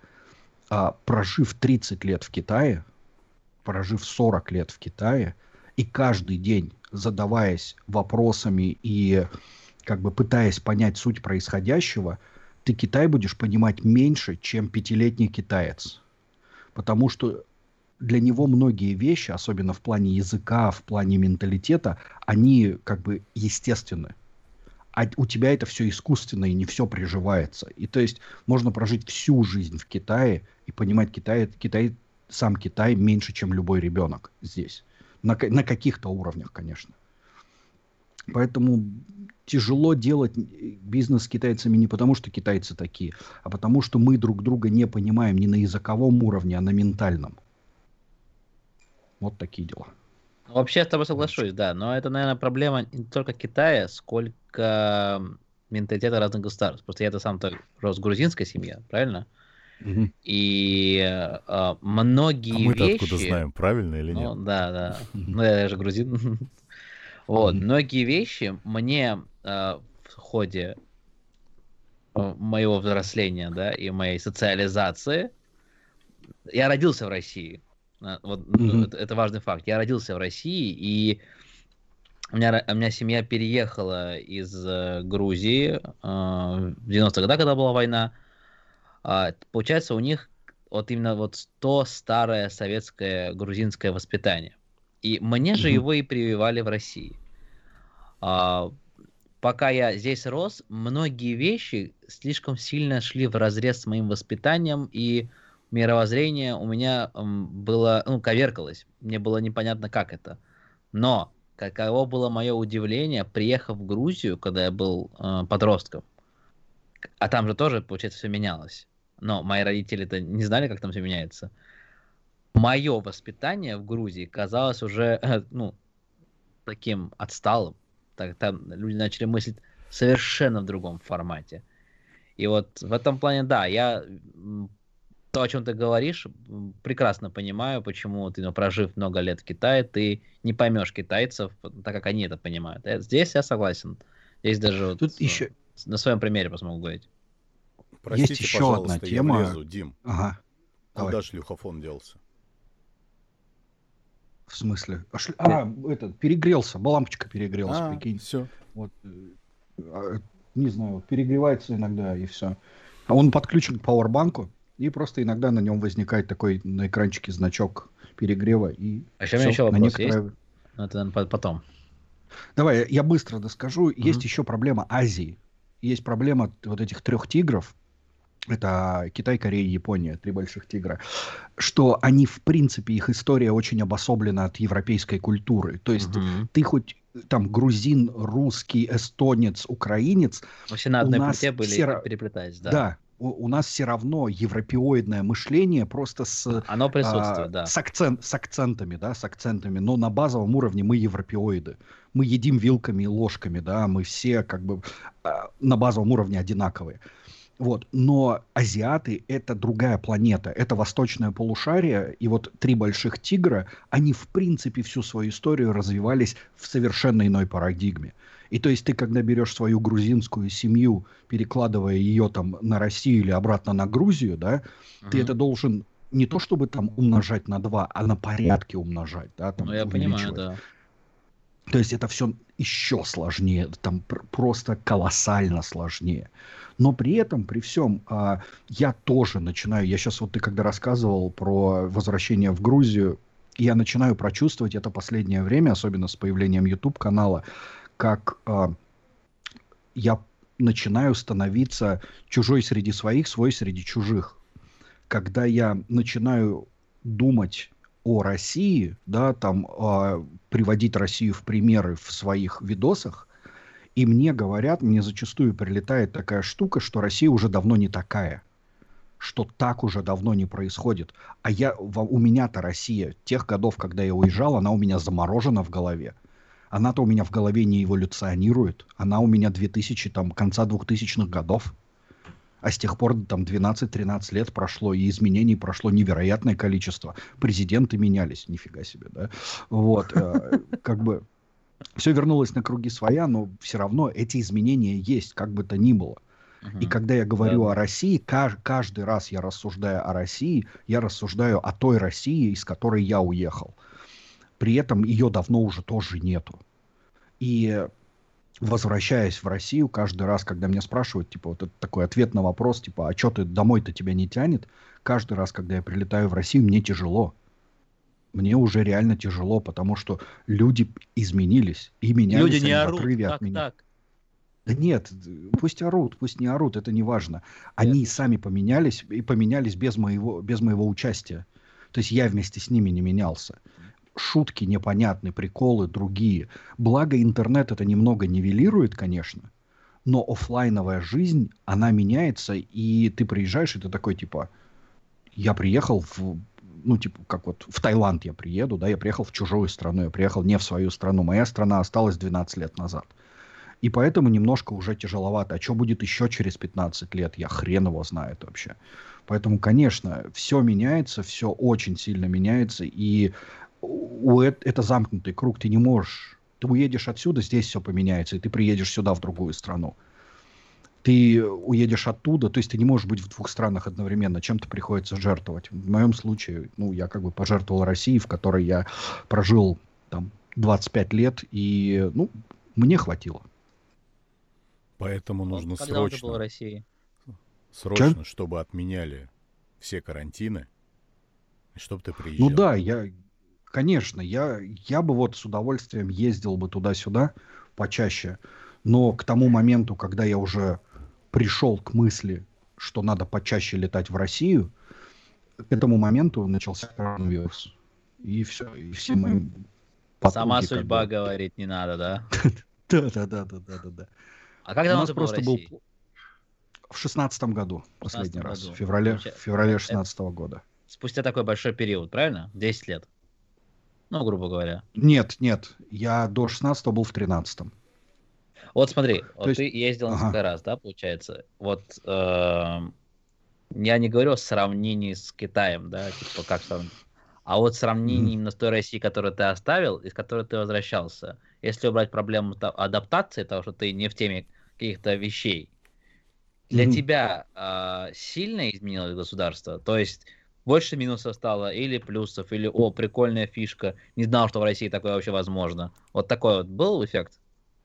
прожив 30 лет в Китае, прожив 40 лет в Китае, и каждый день задаваясь вопросами и как бы пытаясь понять суть происходящего, ты Китай будешь понимать меньше, чем 5-летний китаец. Потому что для него многие вещи, особенно в плане языка, в плане менталитета, они как бы естественны. А у тебя это все искусственно и не все приживается. И то есть можно прожить всю жизнь в Китае и понимать сам Китай меньше, чем любой ребенок здесь. На каких-то уровнях, конечно. Поэтому тяжело делать бизнес с китайцами не потому, что китайцы такие, а потому, что мы друг друга не понимаем не на языковом уровне, а на ментальном. Вот такие дела. Вообще я с тобой соглашусь, да. Но это, наверное, проблема не только Китая, сколько менталитета разных государств. Просто я-то сам-то рос в грузинской семье, правильно? Угу. И многие вещи... мы-то откуда знаем, правильно или нет? Ну, да. Ну, я же грузин. Вот, многие вещи мне в ходе моего взросления, да, и моей социализации, я родился в России, вот, это важный факт, я родился в России, и у меня семья переехала из Грузии в 90-х годах, когда была война. Получается, у них вот именно вот то старое советское грузинское воспитание. И мне же его и прививали в России. Пока я здесь рос, многие вещи слишком сильно шли вразрез с моим воспитанием, и мировоззрение у меня было, коверкалось. Мне было непонятно, как это. Но каково было мое удивление, приехав в Грузию, когда я был подростком, а там же тоже, получается, все менялось. Но мои родители-то не знали, как там все меняется. Мое воспитание в Грузии казалось уже, таким отсталым. Там люди начали мыслить совершенно в другом формате. И вот в этом плане, да, я то, о чем ты говоришь, прекрасно понимаю, почему ты, прожив много лет в Китае, ты не поймешь китайцев, так как они это понимают. Здесь я согласен. Здесь даже вот Тут еще на своем примере смогу говорить. есть Простите, еще одна пожалуйста, я тема. влезу, Дим. Ага. Куда Давай. шлюхофон делся? В смысле? Этот, перегрелся, лампочка перегрелась, прикинь. Все. Вот, не знаю, вот перегревается иногда и все. А он подключен к пауэрбанку, и просто иногда на нем возникает такой на экранчике значок перегрева. И А еще у меня еще вопрос некоторое... есть? Но это, наверное, потом. Давай, я быстро доскажу. Есть еще проблема Азии. Есть проблема вот этих 3 тигров. Это Китай, Корея, Япония, 3 больших тигра. Что они, в принципе, их история очень обособлена от европейской культуры. То есть ты хоть там грузин, русский, эстонец, украинец. Все на одной плите были переплетаясь, да. Да, у нас все равно европеоидное мышление просто оно присутствует, да. с акцентами, да, с акцентами. Но на базовом уровне мы европеоиды. Мы едим вилками и ложками, да, мы все как бы на базовом уровне одинаковые. Вот. Но азиаты — это другая планета, это восточное полушарие, и вот 3 больших тигра, они в принципе всю свою историю развивались в совершенно иной парадигме. И то есть ты, когда берешь свою грузинскую семью, перекладывая ее там на Россию или обратно на Грузию, да, ты это должен не то чтобы там умножать на 2, а на порядке умножать, да, там я понимаю, да. То есть это все еще сложнее, там просто колоссально сложнее. Но при этом, при всем, я тоже начинаю, я сейчас вот ты когда рассказывал про возвращение в Грузию, я начинаю прочувствовать это последнее время, особенно с появлением YouTube-канала, как я начинаю становиться чужой среди своих, свой среди чужих. Когда я начинаю думать о России, да, там приводить Россию в примеры в своих видосах, и мне говорят, мне зачастую прилетает такая штука, что Россия уже давно не такая, что так уже давно не происходит. А у меня-то Россия тех годов, когда я уезжал, она у меня заморожена в голове. Она-то у меня в голове не эволюционирует. Она у меня конца 2000-х годов. А с тех пор там 12-13 лет прошло, и изменений прошло невероятное количество. Президенты менялись, нифига себе, да. Вот, как бы все вернулось на круги своя, но все равно эти изменения есть, как бы то ни было. И когда я говорю о России, каждый раз я рассуждаю о России, я рассуждаю о той России, из которой я уехал. При этом ее давно уже тоже нету. И возвращаясь в Россию, каждый раз, когда меня спрашивают, типа, вот это такой ответ на вопрос, типа, а что ты домой-то тебя не тянет? Каждый раз, когда я прилетаю в Россию, мне тяжело. Мне уже реально тяжело, потому что люди изменились. И менялись люди не они орут, в отрыве как от меня. Так? Да нет, пусть орут, пусть не орут, это не важно. Они сами поменялись, и поменялись без моего участия. То есть я вместе с ними не менялся. Шутки непонятные, приколы другие. Благо интернет это немного нивелирует, конечно, но офлайновая жизнь, она меняется, и ты приезжаешь, и ты такой, типа, я приехал как вот в Таиланд я приеду, да, я приехал в чужую страну, я приехал не в свою страну. Моя страна осталась 12 лет назад. И поэтому немножко уже тяжеловато. А что будет еще через 15 лет? Я хрен его знает вообще. Поэтому, конечно, все меняется, все очень сильно меняется, и это замкнутый круг, ты не можешь. Ты уедешь отсюда, здесь все поменяется, и ты приедешь сюда, в другую страну. Ты уедешь оттуда, то есть ты не можешь быть в 2 странах одновременно, чем-то приходится жертвовать. В моем случае, я как бы пожертвовал России, в которой я прожил там 25 лет, и, мне хватило. Поэтому нужно Когда ты был в России? Срочно, чтобы отменяли все карантины, и чтобы ты приезжал. Ну да, конечно, я бы вот с удовольствием ездил бы туда-сюда почаще, но к тому моменту, когда я уже пришел к мысли, что надо почаще летать в Россию, к этому моменту начался коронавирус. И все, и все мои подруги, Сама судьба говорит, не надо, да? Да. А как давно ты был в России? В 16-м году, последний раз, в феврале 16-го года. Спустя такой большой период, правильно? 10 лет. Грубо говоря. Нет, я до 16-го был в 13-м. Вот смотри, ты ездил несколько раз, да, получается? Вот Я не говорю о сравнении с Китаем, да, типа как сравнить. А вот сравнение именно с той Россией, которую ты оставил, из которой ты возвращался. Если убрать проблему адаптации, того, что ты не в теме каких-то вещей, для тебя сильно изменилось государство? То есть больше минусов стало или плюсов, или о, прикольная фишка, не знал, что в России такое вообще возможно. Вот такой вот был эффект?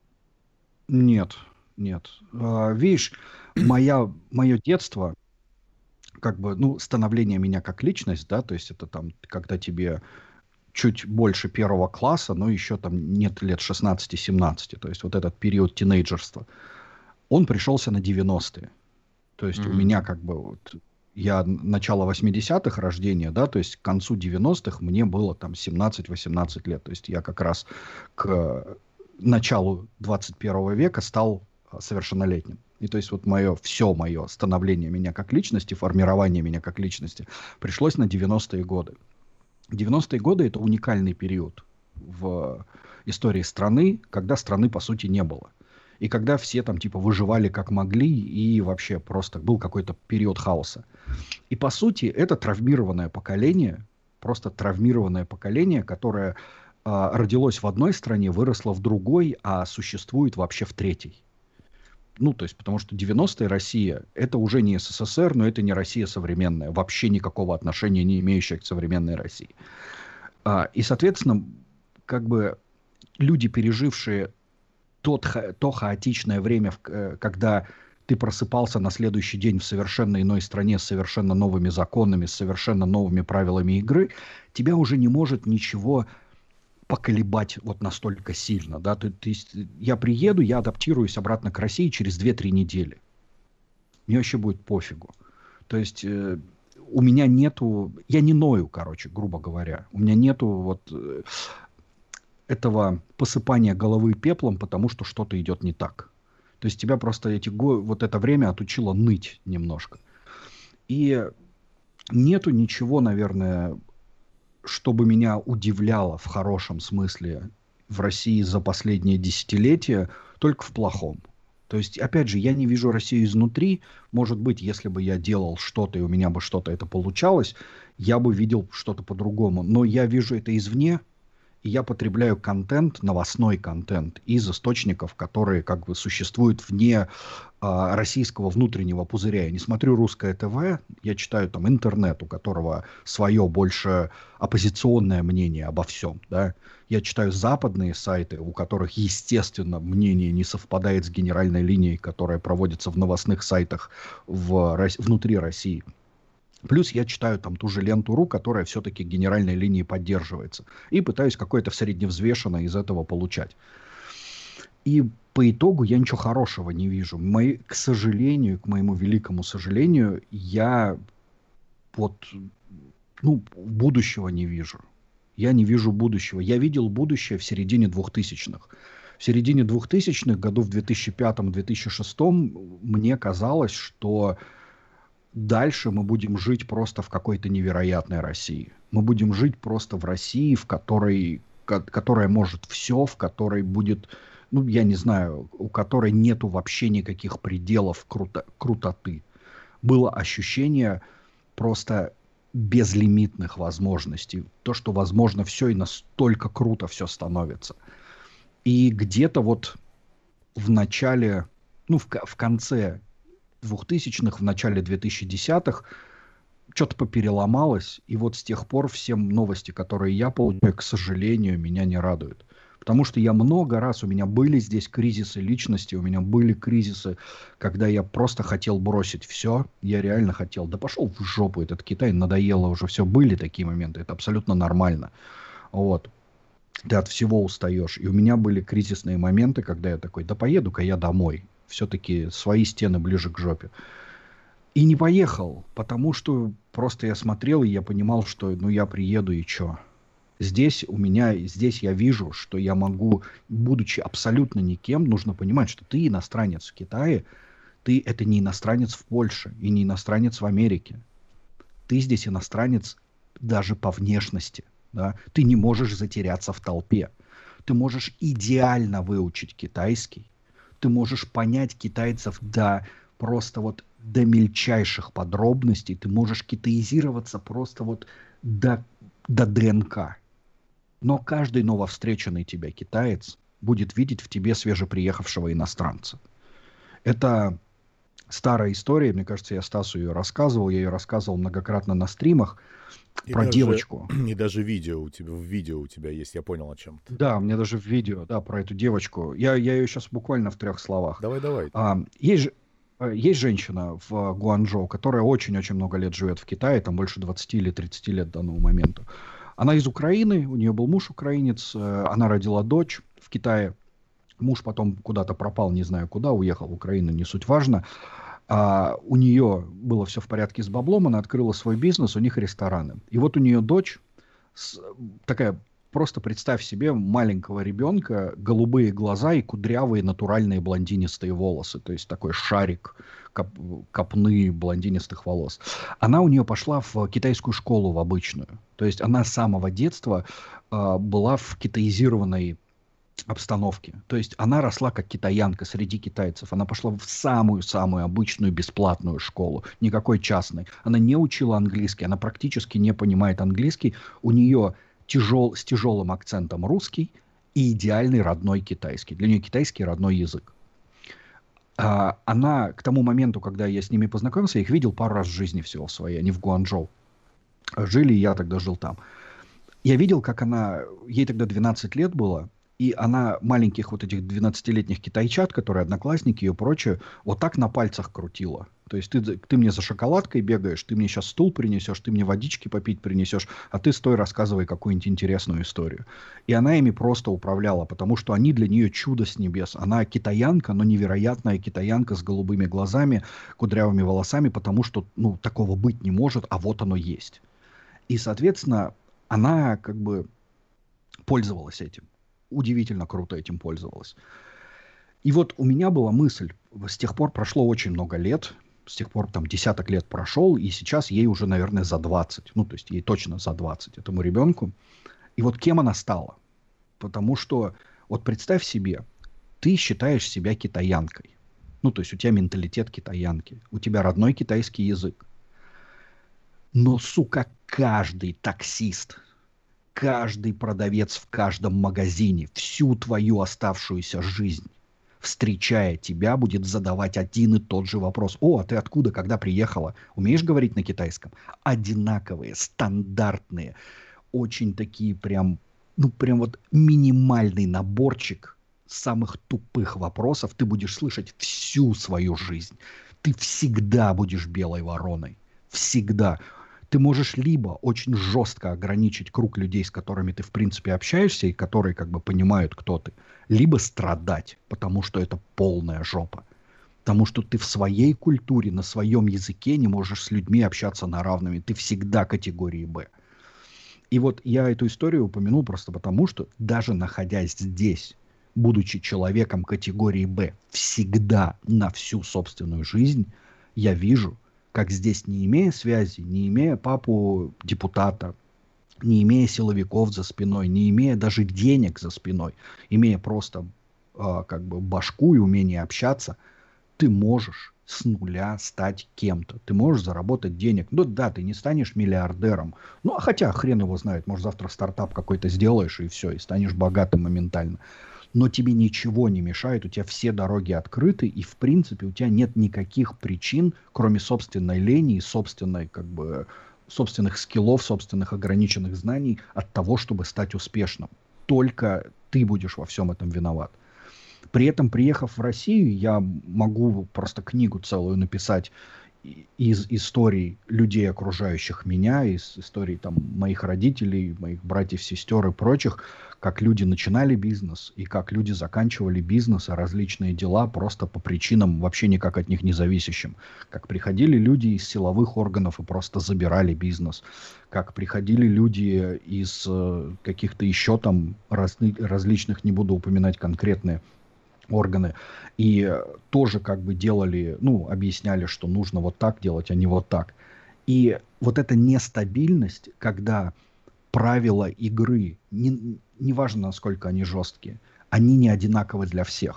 Нет, нет. Видишь, мое детство, как бы, ну, становление меня как личность, да, то есть это там, когда тебе чуть больше первого класса, но еще там нет лет 16-17, то есть вот этот период тинейджерства, он пришелся на 90-е. То есть у меня как бы вот, я начало 80-х рождения, да, то есть к концу 90-х мне было там 17-18 лет. То есть я как раз к началу 21 века стал совершеннолетним. И то есть вот все мое становление меня как личности, формирование меня как личности пришлось на 90-е годы. 90-е годы — это уникальный период в истории страны, когда страны, по сути, не было. И когда все там типа выживали как могли, и вообще просто был какой-то период хаоса. И по сути это травмированное поколение, просто травмированное поколение, которое родилось в одной стране, выросло в другой, а существует вообще в третьей. Ну, то есть, потому что 90-е Россия — это уже не СССР, но это не Россия современная, вообще никакого отношения не имеющая к современной России. И, соответственно, как бы люди, пережившие то хаотичное время, когда ты просыпался на следующий день в совершенно иной стране, с совершенно новыми законами, с совершенно новыми правилами игры, тебя уже не может ничего поколебать вот настолько сильно. Да? Я приеду, я адаптируюсь обратно к России через 2-3 недели. Мне вообще будет пофигу. То есть у меня нету... Я не ною, короче, грубо говоря. У меня нету вот этого посыпания головы пеплом, потому что что-то идет не так. То есть тебя просто вот это время отучило ныть немножко. И нету ничего, наверное, чтобы меня удивляло в хорошем смысле в России за последние десятилетия, только в плохом. То есть, опять же, я не вижу Россию изнутри. Может быть, если бы я делал что-то, и у меня бы что-то это получалось, я бы видел что-то по-другому. Но я вижу это извне, и я потребляю контент, новостной контент из источников, которые как бы существуют вне российского внутреннего пузыря. Я не смотрю русское ТВ, я читаю там интернет, у которого свое больше оппозиционное мнение обо всем. Да? Я читаю западные сайты, у которых, естественно, мнение не совпадает с генеральной линией, которая проводится в новостных сайтах внутри России. Плюс я читаю там ту же Ленту.ру, которая все-таки генеральной линией поддерживается. И пытаюсь какое-то средневзвешенное из этого получать. И по итогу я ничего хорошего не вижу. К сожалению, к моему великому сожалению, я будущего не вижу. Я не вижу будущего. Я видел будущее в середине 2000-х. В середине 2000-х, году в 2005-2006, мне казалось, что дальше мы будем жить просто в какой-то невероятной России. Мы будем жить просто в России, которая может все, в которой будет, ну, я не знаю, у которой нету вообще никаких пределов крутоты. Было ощущение просто безлимитных возможностей. То, что возможно все, и настолько круто все становится. И где-то вот в начале, в конце 2000-х, в начале 2010-х что-то попереломалось, и вот с тех пор все новости, которые я получаю, к сожалению, меня не радуют. Потому что я много раз, у меня были здесь кризисы личности, у меня были кризисы, когда я просто хотел бросить все, я реально хотел, да пошел в жопу этот Китай, надоело уже все, были такие моменты, это абсолютно нормально. Вот. Ты от всего устаешь. И у меня были кризисные моменты, когда я такой, да поеду-ка я домой. Все-таки свои стены ближе к жопе. И не поехал, потому что просто я смотрел, и я понимал, что я приеду, и что? Здесь я вижу, что я могу, будучи абсолютно никем, нужно понимать, что ты иностранец в Китае, ты это не иностранец в Польше и не иностранец в Америке. Ты здесь иностранец даже по внешности. Да? Ты не можешь затеряться в толпе. Ты можешь идеально выучить китайский. Ты можешь понять китайцев до просто вот до мельчайших подробностей, ты можешь китаизироваться просто вот до ДНК. Но каждый нововстреченный тебя китаец будет видеть в тебе свежеприехавшего иностранца. Это старая история, мне кажется, я Стасу ее рассказывал, я ее рассказывал многократно на стримах, про девочку. И даже видео у тебя есть, я понял, о чем ты. Да, мне даже в видео, да, про эту девочку. Я ее сейчас буквально в 3 словах. Давай. Есть женщина в Гуанчжоу, которая очень-очень много лет живет в Китае, там больше 20 или 30 лет до данного момента. Она из Украины, у нее был муж украинец, она родила дочь в Китае. Муж потом куда-то пропал, не знаю куда, уехал в Украину, не суть важно. У нее было все в порядке с баблом, она открыла свой бизнес, у них рестораны. И вот у нее дочь, такая, просто представь себе маленького ребенка, голубые глаза и кудрявые натуральные блондинистые волосы. То есть такой шарик копны блондинистых волос. Она у нее пошла в китайскую школу, в обычную. То есть она с самого детства была в китаизированной обстановке. То есть она росла как китаянка среди китайцев. Она пошла в самую-самую обычную бесплатную школу. Никакой частной. Она не учила английский. Она практически не понимает английский. У нее с тяжелым акцентом русский и идеальный родной китайский. Для нее китайский родной язык. Она к тому моменту, когда я с ними познакомился, я их видел пару раз в жизни всего в своей. Они в Гуанчжоу жили, и я тогда жил там. Я видел, как ей тогда 12 лет было, и она маленьких вот этих 12-летних китайчат, которые одноклассники и прочее, вот так на пальцах крутила. То есть ты мне за шоколадкой бегаешь, ты мне сейчас стул принесешь, ты мне водички попить принесешь, а ты стой, рассказывай какую-нибудь интересную историю. И она ими просто управляла, потому что они для нее чудо с небес. Она китаянка, но невероятная китаянка с голубыми глазами, кудрявыми волосами, потому что, такого быть не может, а вот оно есть. И, соответственно, она как бы пользовалась этим. Удивительно круто этим пользовалась. И вот у меня была мысль, с тех пор прошло очень много лет, с тех пор там десяток лет прошел, и сейчас ей уже, наверное, за 20. То есть ей точно за 20, этому ребенку. И вот кем она стала? Потому что, вот представь себе, ты считаешь себя китаянкой. То есть у тебя менталитет китаянки, у тебя родной китайский язык. Но, сука, каждый таксист, каждый продавец в каждом магазине, всю твою оставшуюся жизнь, встречая тебя, будет задавать один и тот же вопрос. А ты откуда, когда приехала? Умеешь говорить на китайском? Одинаковые, стандартные, очень такие прям вот минимальный наборчик самых тупых вопросов ты будешь слышать всю свою жизнь. Ты всегда будешь белой вороной. Всегда. Ты можешь либо очень жестко ограничить круг людей, с которыми ты в принципе общаешься, и которые как бы понимают, кто ты, либо страдать, потому что это полная жопа. Потому что ты в своей культуре, на своем языке не можешь с людьми общаться на равными. Ты всегда категории «Б». И вот я эту историю упомянул просто потому, что даже находясь здесь, будучи человеком категории «Б», всегда на всю собственную жизнь я вижу, как здесь, не имея связи, не имея папу депутата, не имея силовиков за спиной, не имея даже денег за спиной, имея просто как бы башку и умение общаться, ты можешь с нуля стать кем-то. Ты можешь заработать денег. Да, ты не станешь миллиардером. Хотя хрен его знает, может завтра стартап какой-то сделаешь и все, и станешь богатым моментально. Но тебе ничего не мешает, у тебя все дороги открыты, и в принципе у тебя нет никаких причин, кроме собственной лени и собственных скиллов, собственных ограниченных знаний от того, чтобы стать успешным. Только ты будешь во всем этом виноват. При этом, приехав в Россию, я могу просто книгу целую написать из историй людей, окружающих меня, из историй там моих родителей, моих братьев, сестер и прочих, как люди начинали бизнес и как люди заканчивали бизнес и различные дела просто по причинам вообще никак от них не зависящим. Как приходили люди из силовых органов и просто забирали бизнес. Как приходили люди из каких-то еще там различных, не буду упоминать конкретные органы, и тоже как бы делали, объясняли, что нужно вот так делать, а не вот так. И вот эта нестабильность, когда правила игры, неважно, насколько они жесткие, они не одинаковы для всех.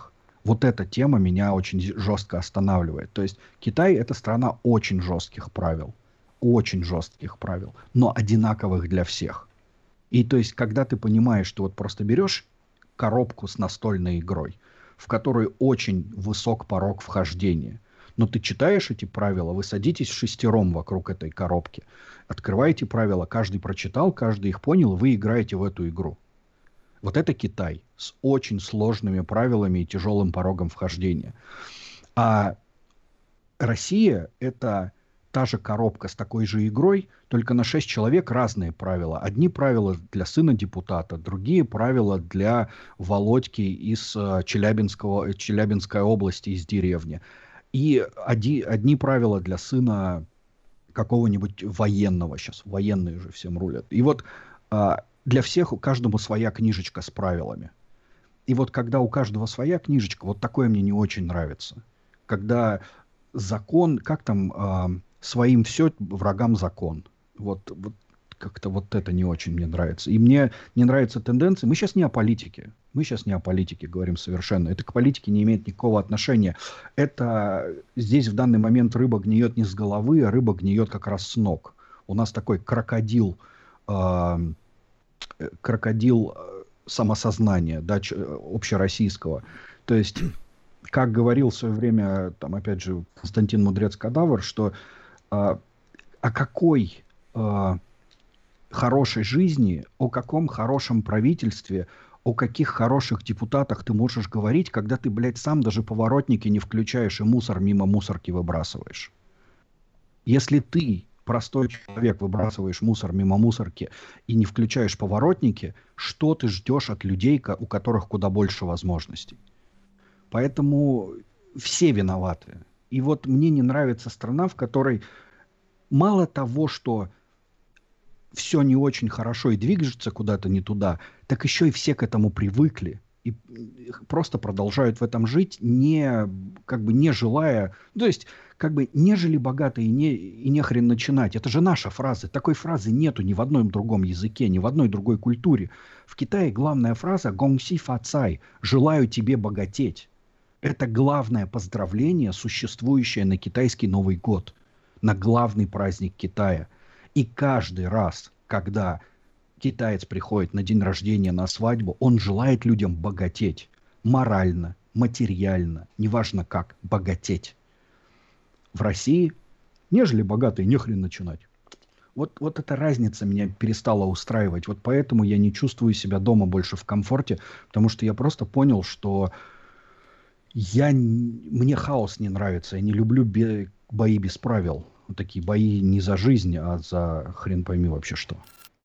Вот эта тема меня очень жестко останавливает. То есть Китай — это страна очень жестких правил. Очень жестких правил. Но одинаковых для всех. И то есть, когда ты понимаешь, что вот просто берешь коробку с настольной игрой, в которой очень высок порог вхождения, но ты читаешь эти правила, вы садитесь шестером вокруг этой коробки, открываете правила, каждый прочитал, каждый их понял, вы играете в эту игру. Вот это Китай с очень сложными правилами и тяжелым порогом вхождения. А Россия — это та же коробка с такой же игрой, только на 6 человек разные правила. Одни правила для сына депутата, другие правила для Володьки из Челябинской области, из деревни. И одни правила для сына какого-нибудь военного. Сейчас военные же всем рулят. И вот для всех, каждому своя книжечка с правилами. И вот когда у каждого своя книжечка, вот такое мне не очень нравится. Когда закон, как там, своим все, врагам закон. Вот как-то вот это не очень мне нравится. И мне не нравятся тенденции. Мы сейчас не о политике. Мы сейчас не о политике говорим совершенно. Это к политике не имеет никакого отношения. Это здесь в данный момент рыба гниет не с головы, а рыба гниет как раз с ног. У нас такой крокодил самосознания, да, общероссийского. То есть, как говорил в свое время, там, опять же, Константин Мудрец-Кадавр, что о какой хорошей жизни, о каком хорошем правительстве, о каких хороших депутатах ты можешь говорить, когда ты, блядь, сам даже поворотники не включаешь и мусор мимо мусорки выбрасываешь. Если ты, простой человек, выбрасываешь мусор мимо мусорки и не включаешь поворотники, что ты ждешь от людей, у которых куда больше возможностей? Поэтому все виноваты. И вот мне не нравится страна, в которой мало того, что все не очень хорошо и движется куда-то не туда, так еще и все к этому привыкли. И просто продолжают в этом жить, не желая... То есть, не жили богато и не хрен начинать. Это же наша фраза. Такой фразы нету ни в одном другом языке, ни в одной другой культуре. В Китае главная фраза «гонси фа цай» – «желаю тебе богатеть». Это главное поздравление, существующее на китайский Новый год, на главный праздник Китая. И каждый раз, когда китаец приходит на день рождения, на свадьбу, он желает людям богатеть. Морально, материально, неважно как, богатеть. В России, нежели богатые, не хрен начинать. Вот эта разница меня перестала устраивать. Вот поэтому я не чувствую себя дома больше в комфорте, потому что я просто понял, что мне хаос не нравится. Я не люблю бои без правил. Вот такие бои не за жизнь, а за хрен пойми вообще что.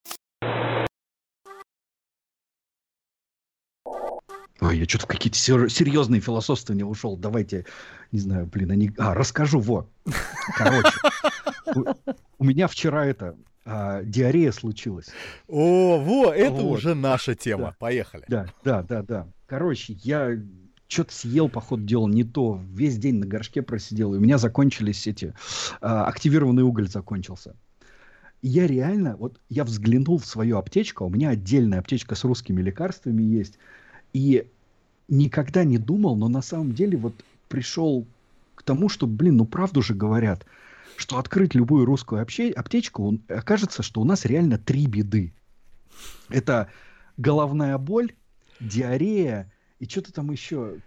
Ой, я что-то в какие-то серьезные философствования ушел. Давайте, не знаю, расскажу, Короче, у меня вчера диарея случилась. Это уже наша тема. Да. Поехали. Да. Короче, я что-то съел, по ходу дела, не то. Весь день на горшке просидел, и у меня закончились активированный уголь закончился. Я реально, я взглянул в свою аптечку, у меня отдельная аптечка с русскими лекарствами есть, и никогда не думал, но на самом деле пришел к тому, что, правду же говорят, что открыть любую русскую аптечку, окажется, что у нас реально 3 беды. Это головная боль, диарея и что-то там еще,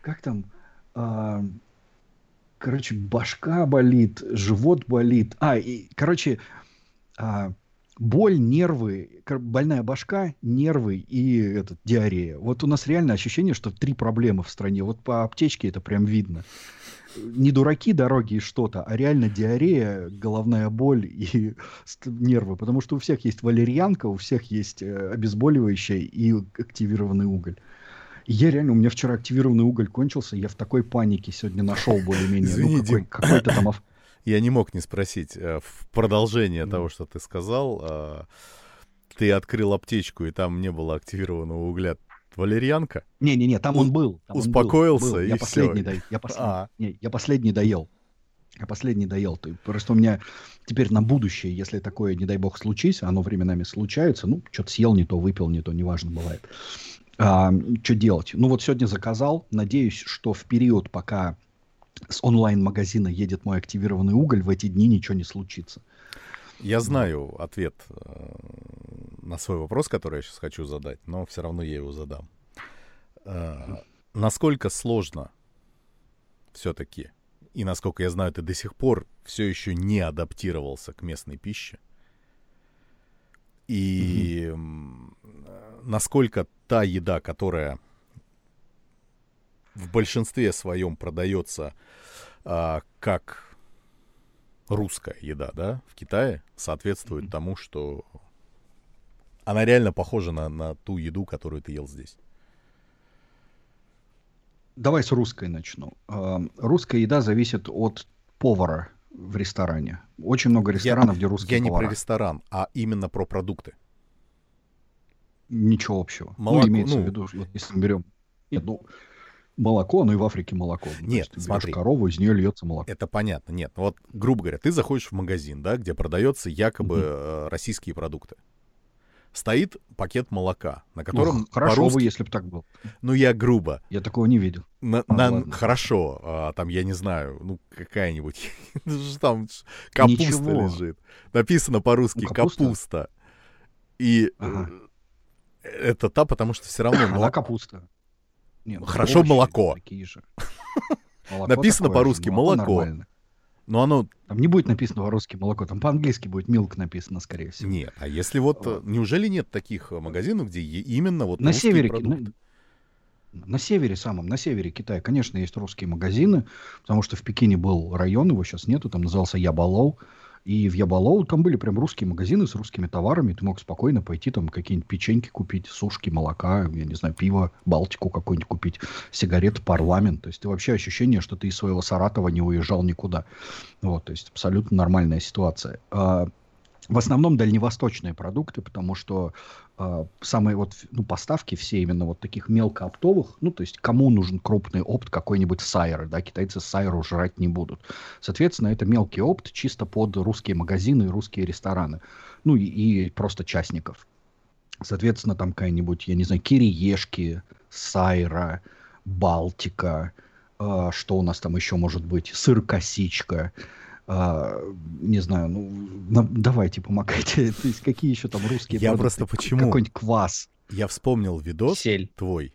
башка болит, живот болит. Боль, нервы, больная башка, нервы и диарея. Вот у нас реально ощущение, что 3 проблемы в стране. Вот по аптечке это прям видно. Не дураки дороги и что-то, а реально диарея, головная боль и нервы. Потому что у всех есть валерьянка, у всех есть обезболивающее и активированный уголь. И у меня вчера активированный уголь кончился, я в такой панике сегодня нашел более-менее. Извините. Какой-то там... Я не мог не спросить, в продолжение того, что ты сказал, ты открыл аптечку, и там не было активированного угля. Валерьянка? Не, там он был. Успокоился, был. И я все. Я последний доел. Просто у меня теперь на будущее, если такое, не дай бог, случись, оно временами случается, что-то съел не то, выпил не то, неважно, бывает. Что делать? Ну вот сегодня заказал. Надеюсь, что в период, пока с онлайн-магазина едет мой активированный уголь, в эти дни ничего не случится. Я знаю ответ на свой вопрос, который я сейчас хочу задать, но все равно я его задам. Насколько сложно все-таки, и насколько я знаю, ты до сих пор все еще не адаптировался к местной пище, и насколько та еда, которая в большинстве своем продается как русская еда, да, в Китае, соответствует тому, что она реально похожа на ту еду, которую ты ел здесь. Давай с русской начну. Русская еда зависит от повара в ресторане. Очень много ресторанов, где русские повара. Я не повара. про ресторан, а именно про продукты. Ничего общего. Молоко, Имеется в виду, вот если мы берем... Нет, молоко, но и в Африке молоко. Нет, ты смотри. берешь корову, из нее льется молоко. Это понятно. Нет, вот, грубо говоря, ты заходишь в магазин, да, где продаются якобы российские продукты. Стоит пакет молока, на котором хорошо по-русски... бы, если бы так было. Ну, я грубо. Я такого не видел. Хорошо, там, я не знаю, какая-нибудь... Там капуста лежит. Написано по-русски «капуста». И это потому что все равно... Она капуста. Нет, хорошо, молоко. Такие же. Написано по-русски «молоко». Но оно... Там не будет написано по-русски молоко, там по-английски будет milk написано, скорее всего. Нет, а если неужели нет таких магазинов, где именно вот на русские севере, продукты? На севере Китая, конечно, есть русские магазины, потому что в Пекине был район, его сейчас нету, там назывался Ябалоу. И в Ябалоу там были прям русские магазины с русскими товарами. Ты мог спокойно пойти там какие-нибудь печеньки купить, сушки, молока, я не знаю, пиво, Балтику какой-нибудь купить, сигареты, парламент. То есть ты вообще ощущение, что ты из своего Саратова не уезжал никуда. Вот, то есть абсолютно нормальная ситуация. В основном дальневосточные продукты, потому что самые поставки все именно вот таких мелкооптовых, то есть кому нужен крупный опт какой-нибудь сайры, да, китайцы сайру жрать не будут. Соответственно, это мелкий опт чисто под русские магазины и русские рестораны, и просто частников. Соответственно, там какая-нибудь, я не знаю, кириешки, сайра, Балтика, что у нас там еще может быть, сыр-косичка, не знаю, давайте, помогайте. То есть какие еще там русские продукты? Просто почему? Какой-нибудь квас. Я вспомнил видос твой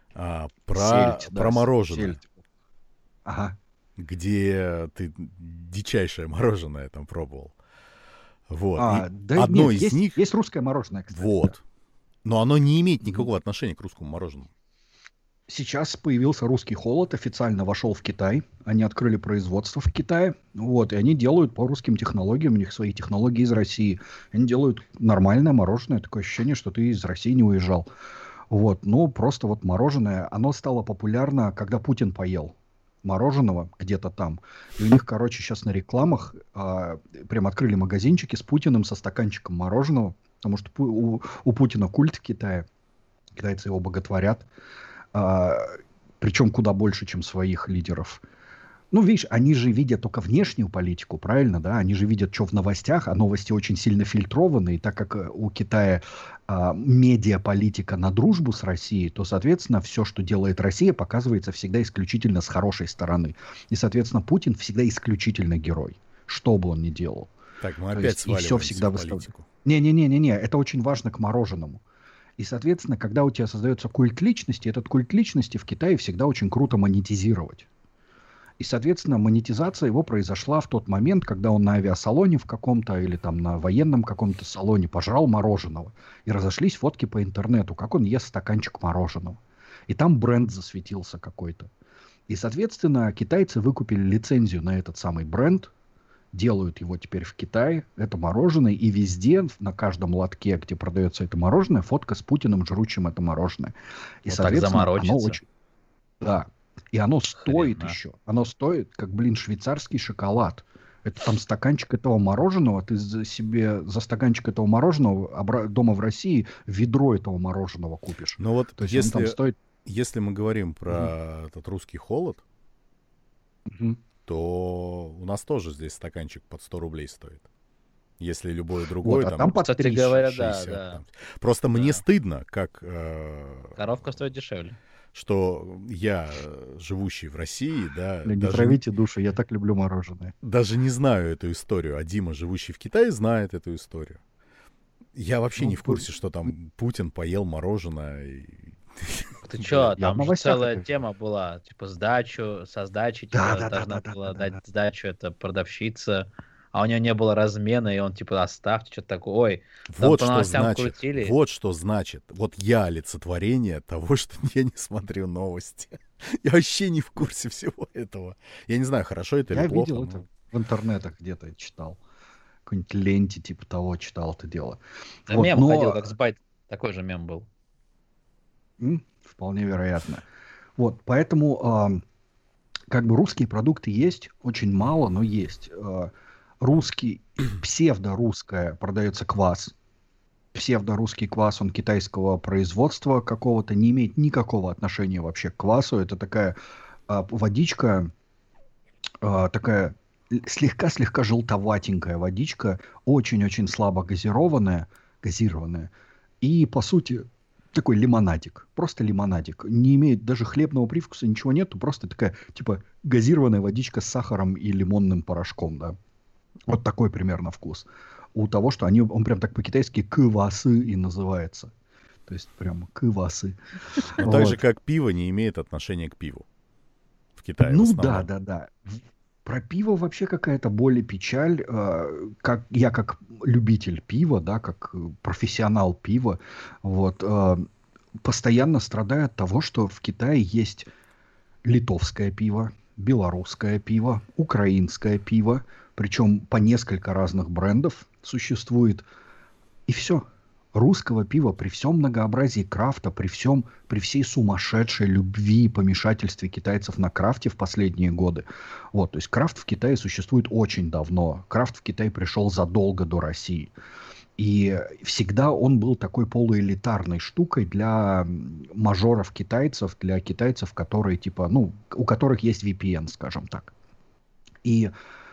про мороженое. Сельдь. Ага. Где ты дичайшее мороженое там пробовал. Вот. Одно из них... Есть русское мороженое, кстати. Вот. Да. Но оно не имеет никакого отношения к русскому мороженому. Сейчас появился русский холод, официально вошел в Китай. Они открыли производство в Китае. Вот, и они делают по русским технологиям. У них свои технологии из России. Они делают нормальное мороженое. Такое ощущение, что ты из России не уезжал. Вот, просто вот мороженое, оно стало популярно, когда Путин поел мороженого где-то там. И у них, сейчас на рекламах прям открыли магазинчики с Путиным, со стаканчиком мороженого. Потому что у Путина культ в Китае. Китайцы его боготворят. Причем куда больше, чем своих лидеров. Видишь, они же видят только внешнюю политику, правильно, да? Они же видят, что в новостях, а новости очень сильно фильтрованы, и так как у Китая медиаполитика на дружбу с Россией, то, соответственно, все, что делает Россия, показывается всегда исключительно с хорошей стороны. И, соответственно, Путин всегда исключительно герой, что бы он ни делал. Так, мы опять сваливаемся в политику. Не, это очень важно к мороженому. И, соответственно, когда у тебя создается культ личности, этот культ личности в Китае всегда очень круто монетизировать. И, соответственно, монетизация его произошла в тот момент, когда он на авиасалоне в каком-то или там на военном каком-то салоне пожрал мороженого. И разошлись фотки по интернету, как он ест стаканчик мороженого. И там бренд засветился какой-то. И, соответственно, китайцы выкупили лицензию на этот самый бренд, делают его теперь в Китае, это мороженое, и везде, на каждом лотке, где продается это мороженое, фотка с Путиным, жрущим это мороженое. И, соответственно, оно очень... Да. И оно стоит еще. Оно стоит, как, швейцарский шоколад. Это там стаканчик этого мороженого, ты себе за стаканчик этого мороженого дома в России ведро этого мороженого купишь. Ну вот, то есть он там стоит... если мы говорим про этот русский холод, то у нас тоже здесь стаканчик под 100 рублей стоит. Если любое другое, Вот, а там под Кстати 30. говоря, 60. да. Там. Просто мне стыдно, как... Коровка стоит дешевле. что я, живущий в России, да, Не травите душу, я так люблю мороженое. даже не знаю эту историю, а Дима, живущий в Китае, знает эту историю. Я вообще не в курсе, что там Путин поел мороженое. Ты чё, Я в там же новостях целая это тема была, типа со сдачи, Да, типа да, да, должна да, была да, дать да. сдачу эта продавщица, а у нее не было размена, и он типа оставьте, что-то такое. Ой, там Вот по что новостям значит. крутили. Вот что значит. Вот я олицетворение того, что я не смотрю новости. Я вообще не в курсе всего этого. Я не знаю, хорошо это Я или плохо. видел это в интернетах где-то читал. В какой-нибудь ленте типа того читал это дело. Да Вот, мем но ходил, как с байт, такой же мем был. вполне вероятно. Вот, поэтому как бы русские продукты есть, очень мало, но есть. Русский, псевдорусское продается квас. Псевдорусский квас, он китайского производства какого-то, не имеет никакого отношения вообще к квасу. Это такая водичка, такая слегка-слегка желтоватенькая водичка, очень-очень слабо газированная, и, по сути, такой лимонадик, просто лимонадик. Не имеет даже хлебного привкуса, ничего нету, просто такая, типа, газированная водичка с сахаром и лимонным порошком, да. Вот такой примерно вкус. У того, что он прям так по-китайски квасы и называется. То есть прям квасы. Но так же, как пиво не имеет отношения к пиву в Китае в Ну основном. да. Про пиво вообще какая-то боль и печаль. Я как любитель пива, да, как профессионал пива, вот, постоянно страдаю от того, что в Китае есть литовское пиво, белорусское пиво, украинское пиво, причем по несколько разных брендов существует. И все. Русского пива при всем многообразии крафта, при всей сумасшедшей любви и помешательстве китайцев на крафте в последние годы. Вот, то есть крафт в Китае существует очень давно. Крафт в Китай пришел задолго до России. И всегда он был такой полуэлитарной штукой для мажоров китайцев, для китайцев, которые типа, ну, у которых есть VPN, скажем так. И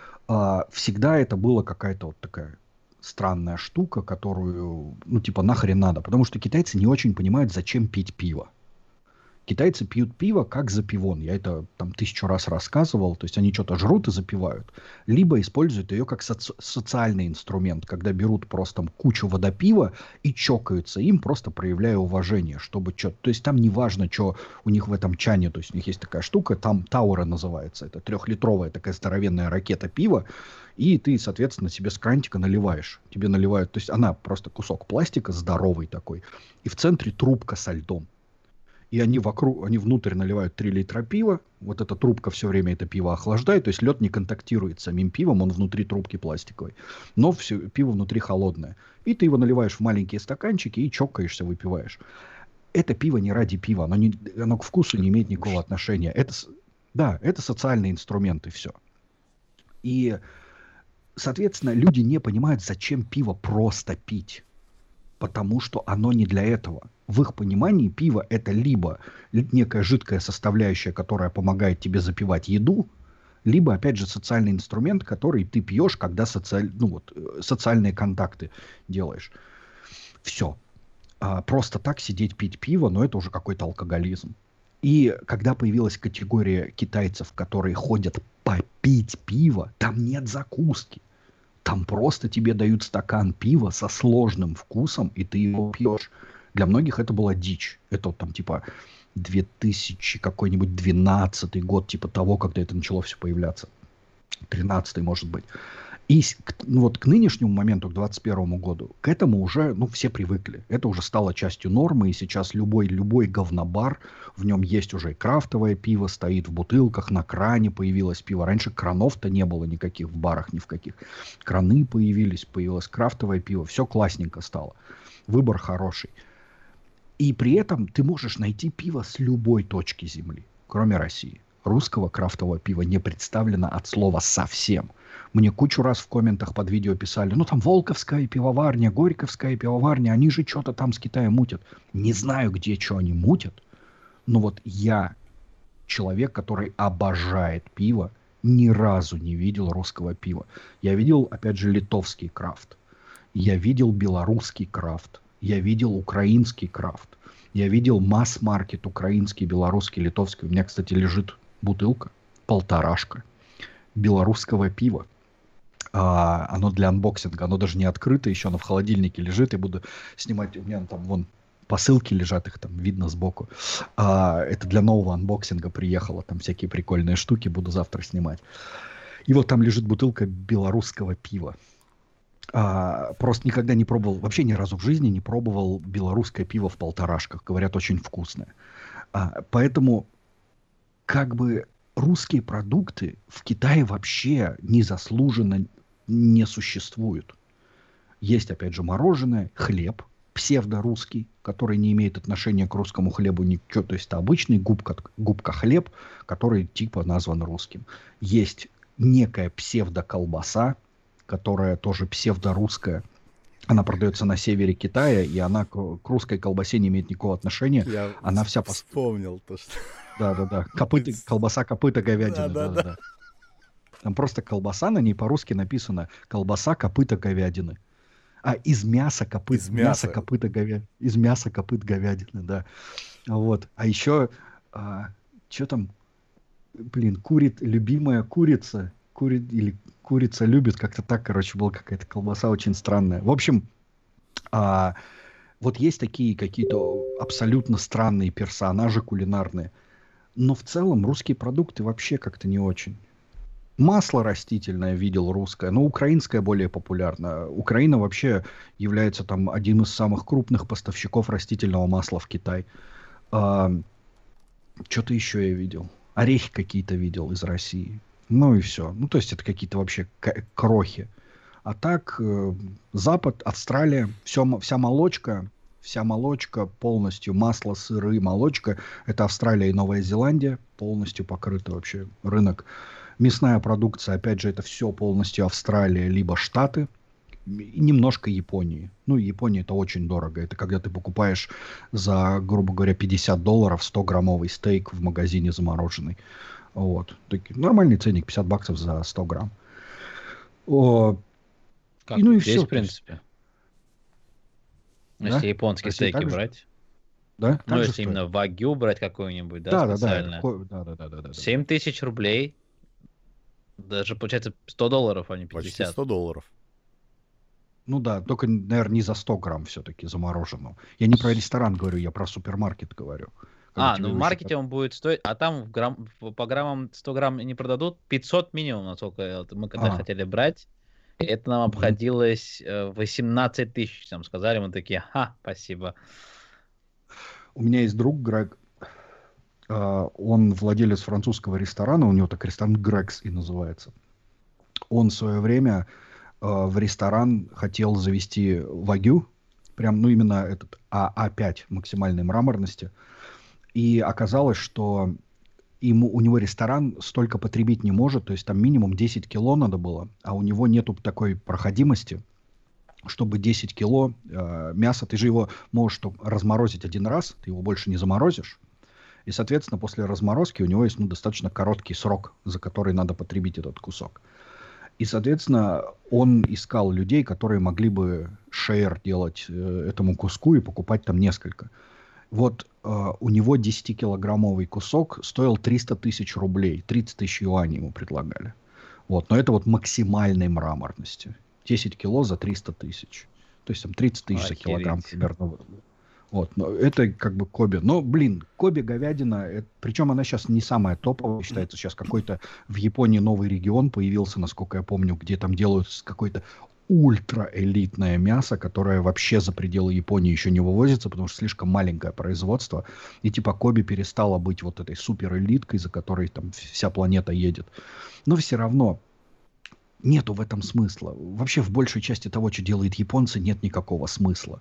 всегда это была какая-то вот такая странная штука, которую, ну, типа, нахрен надо. Потому что китайцы не очень понимают, зачем пить пиво. Китайцы пьют пиво как запивон. Я это там 1000 раз рассказывал. То есть они что-то жрут и запивают. Либо используют ее как социальный инструмент, когда берут просто кучу водопива и чокаются им, просто проявляя уважение, чтобы что-то... То есть там не важно, что у них в этом чане. То есть у них есть такая штука, там Таура называется. Это 3-литровая такая здоровенная ракета пива. И ты, соответственно, себе с крантика наливаешь. Тебе наливают... То есть она просто кусок пластика здоровый такой. И в центре трубка со льдом. И они внутрь наливают 3 литра пива. Вот эта трубка все время это пиво охлаждает. То есть лед не контактирует с самим пивом, он внутри трубки пластиковой. Но все, пиво внутри холодное. И ты его наливаешь в маленькие стаканчики и чокаешься, выпиваешь. Это пиво не ради пива. Оно к вкусу не имеет никакого отношения. Это социальный инструмент и все. И, соответственно, люди не понимают, зачем пиво просто пить. Потому что оно не для этого. В их понимании пиво это либо некая жидкая составляющая, которая помогает тебе запивать еду, либо, опять же, социальный инструмент, который ты пьешь, когда социальные контакты делаешь. Все. Просто так сидеть пить пиво, но это уже какой-то алкоголизм. И когда появилась категория китайцев, которые ходят попить пиво, там нет закуски. Там просто тебе дают стакан пива со сложным вкусом, и ты его пьешь. Для многих это была дичь. Это вот там типа 2012 год, типа того, когда это начало все появляться. 13-й, может быть. И вот к нынешнему моменту, к 2021 году, к этому уже, все привыкли. Это уже стало частью нормы, и сейчас любой говнобар, в нем есть уже и крафтовое пиво, стоит в бутылках, на кране появилось пиво. Раньше кранов-то не было никаких в барах, ни в каких. Краны появилось крафтовое пиво, все классненько стало. Выбор хороший. И при этом ты можешь найти пиво с любой точки земли, кроме России. Русского крафтового пива не представлено от слова совсем. Мне кучу раз в комментах под видео писали, там Волковская пивоварня, Горьковская пивоварня, они же что-то там с Китая мутят. Не знаю, где что они мутят, но вот я, человек, который обожает пиво, ни разу не видел русского пива. Я видел, опять же, литовский крафт. Я видел белорусский крафт. Я видел украинский крафт. Я видел масс-маркет украинский, белорусский, литовский. У меня, кстати, лежит бутылка, 1,5 белорусского пива. Оно для анбоксинга, оно даже не открыто еще, оно в холодильнике лежит. Я буду снимать, у меня там вон посылки лежат, их там видно сбоку. Это для нового анбоксинга приехало, там всякие прикольные штуки, буду завтра снимать. И вот там лежит бутылка белорусского пива. Просто никогда не пробовал, вообще ни разу в жизни не пробовал белорусское пиво в 1,5. Говорят, очень вкусное. Поэтому как бы русские продукты в Китае вообще незаслуженно не существуют. Есть, опять же, мороженое, хлеб псевдорусский, который не имеет отношения к русскому хлебу ничего. То есть это обычный губка хлеб, который типа назван русским. Есть некая псевдоколбаса, которая тоже псевдорусская. Она продается на севере Китая, и она к русской колбасе не имеет никакого отношения. Она вся вспомнил то, что... Да. Колбаса копыта говядины. Да. Там просто колбаса, на ней по-русски написано колбаса копыта говядины. Из мяса копыт. Из мяса копыт говядины, да. Вот. А еще, что там, любимая курица. Или курица любит, как-то так, короче, была какая-то колбаса очень странная. В общем, вот есть такие какие-то абсолютно странные персонажи кулинарные. Но в целом русские продукты вообще как-то не очень. Масло растительное видел русское, но украинское более популярно. Украина вообще является там одним из самых крупных поставщиков растительного масла в Китай. Что-то еще я видел. Орехи какие-то видел из России. Ну и все. Ну, то есть это какие-то вообще крохи. А так, Запад, Австралия, вся молочка полностью, масло, сыры, молочка, это Австралия и Новая Зеландия, полностью покрыты вообще рынок. Мясная продукция, опять же, это все полностью Австралия, либо Штаты, и немножко Японии. Ну, Япония это очень дорого. Это когда ты покупаешь за, грубо говоря, $50 100-граммовый стейк в магазине замороженный. Вот. Нормальный ценник, $50 за 100 грамм. Как ну и здесь, все, в принципе. Да? Если японские Россия стейки так же? брать. Да? Ну, Так же если стоит? именно вагю брать какую-нибудь, да, Да. специально. Да. 7 тысяч рублей. Даже, получается, $100, а не 50. Почти $100. Ну да, только, наверное, не за 100 грамм все-таки замороженного. Я не про ресторан говорю, я про супермаркет говорю. Когда тебе Ну в его маркете считают. он будет стоить, а там по граммам 100 грамм не продадут, 500 минимум, насколько мы когда хотели брать. Это нам обходилось 18 тысяч, там сказали, мы такие, спасибо. У меня есть друг Грег, он владелец французского ресторана, у него так ресторан Грегс и называется. Он в свое время в ресторан хотел завести вагю, прям, именно этот А5 максимальной мраморности. И оказалось, что у него ресторан столько потребить не может, то есть там минимум 10 кило надо было, а у него нету такой проходимости, чтобы 10 кило мяса, ты же его можешь разморозить один раз, ты его больше не заморозишь. И, соответственно, после разморозки у него есть достаточно короткий срок, за который надо потребить этот кусок. И, соответственно, он искал людей, которые могли бы шейр делать этому куску и покупать там несколько. Вот у него 10-килограммовый кусок стоил 300 тысяч рублей. 30 тысяч юаней ему предлагали. Вот. Но это вот максимальной мраморности. 10 кило за 300 тысяч. То есть там 30 тысяч за килограмм примерно. Вот. Но это как бы Коби. Но, Коби говядина, причем она сейчас не самая топовая, считается. Сейчас какой-то в Японии новый регион появился, насколько я помню, где там делают какой-то ультраэлитное мясо, которое вообще за пределы Японии еще не вывозится, потому что слишком маленькое производство. И типа Коби перестала быть вот этой суперэлиткой, за которой там вся планета едет. Но все равно нету в этом смысла. Вообще в большей части того, что делают японцы, нет никакого смысла.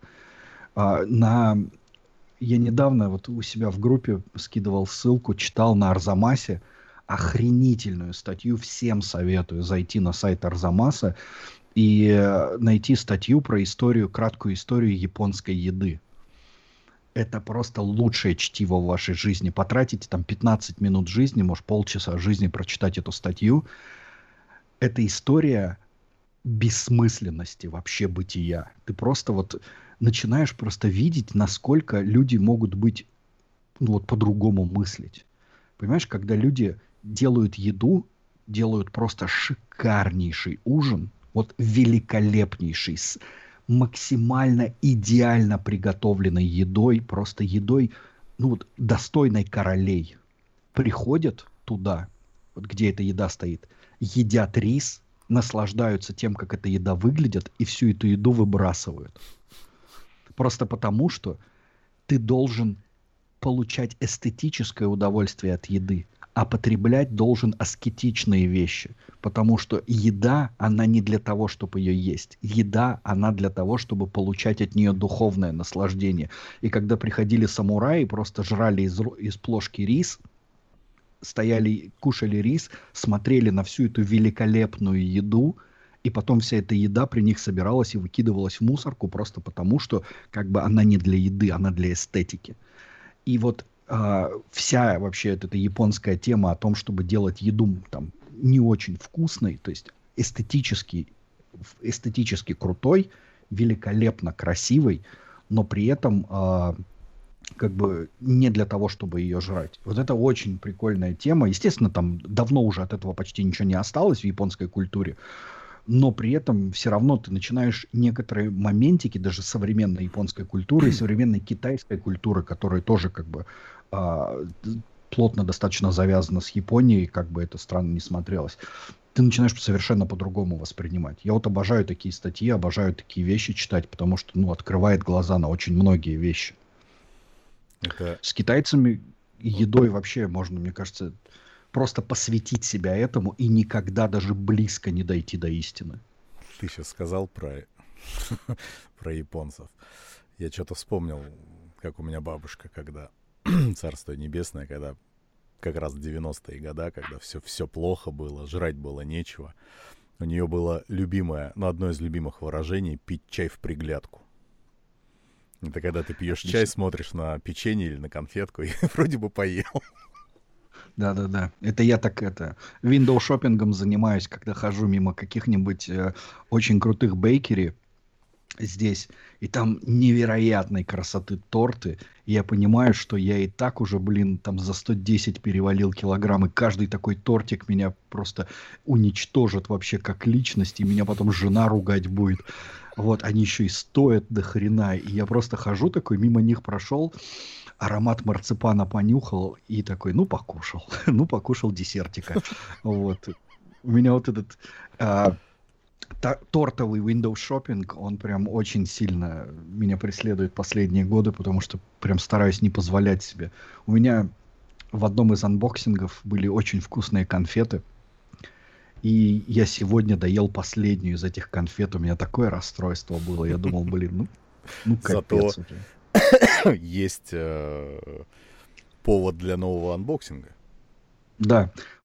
Я недавно вот у себя в группе скидывал ссылку, читал на Арзамасе охренительную статью. Всем советую зайти на сайт Арзамаса и найти статью про краткую историю японской еды. это просто лучшее чтиво в вашей жизни. Потратите там 15 минут жизни, может, полчаса жизни прочитать эту статью. Это история бессмысленности вообще бытия. Ты просто вот начинаешь просто видеть, насколько люди могут быть, ну, вот по-другому мыслить. Понимаешь, когда люди делают еду, делают просто шикарнейший ужин, вот великолепнейший, с максимально идеально приготовленной едой, просто едой, ну вот, достойной королей. Приходят туда, вот где эта еда стоит, едят рис, наслаждаются тем, как эта еда выглядит, и всю эту еду выбрасывают. Просто потому, что ты должен получать эстетическое удовольствие от еды, а потреблять должен аскетичные вещи. Потому что еда, она не для того, чтобы ее есть. Еда, она для того, чтобы получать от нее духовное наслаждение. И когда приходили самураи, просто жрали из плошки рис, стояли, кушали рис, смотрели на всю эту великолепную еду, и потом вся эта еда при них собиралась и выкидывалась в мусорку просто потому, что как бы она не для еды, она для эстетики. И вот вся вообще эта японская тема о том, чтобы делать еду там не очень вкусной, то есть эстетически крутой, великолепно красивой, но при этом как бы не для того, чтобы ее жрать. Вот это очень прикольная тема. Естественно, там давно уже от этого почти ничего не осталось в японской культуре, но при этом все равно ты начинаешь некоторые моментики даже современной японской культуры и современной китайской культуры, которая тоже как бы плотно достаточно завязана с Японией, как бы это странно не смотрелось, ты начинаешь совершенно по-другому воспринимать. Я вот обожаю такие статьи, обожаю такие вещи читать, потому что, ну, открывает глаза на очень многие вещи. С китайцами едой вообще можно, мне кажется, просто посвятить себя этому и никогда даже близко не дойти до истины. Ты сейчас сказал про японцев. Я что-то вспомнил, как у меня бабушка, когда, царство небесное, когда как раз в 90-е годы, когда все плохо было, жрать было нечего, у нее было любимое, ну, одно из любимых выражений — пить чай в приглядку. Это когда ты пьешь чай, смотришь на печенье или на конфетку и вроде бы поел. Да. Это я так виндоу-шоппингом занимаюсь, когда хожу мимо каких-нибудь очень крутых бейкери здесь, и там невероятной красоты торты. И я понимаю, что я и так уже, там за 110 перевалил килограмм, и каждый такой тортик меня просто уничтожит вообще как личность, и меня потом жена ругать будет. Вот, они еще и стоят до хрена. И я просто хожу такой, мимо них прошел, аромат марципана понюхал и такой, ну, покушал десертика. Вот. У меня вот этот тортовый Windows Shopping, он прям очень сильно меня преследует последние годы, потому что прям стараюсь не позволять себе. У меня в одном из анбоксингов были очень вкусные конфеты, и я сегодня доел последнюю из этих конфет. У меня такое расстройство было. Я думал, ну капец уже. Есть повод для нового анбоксинга. Да.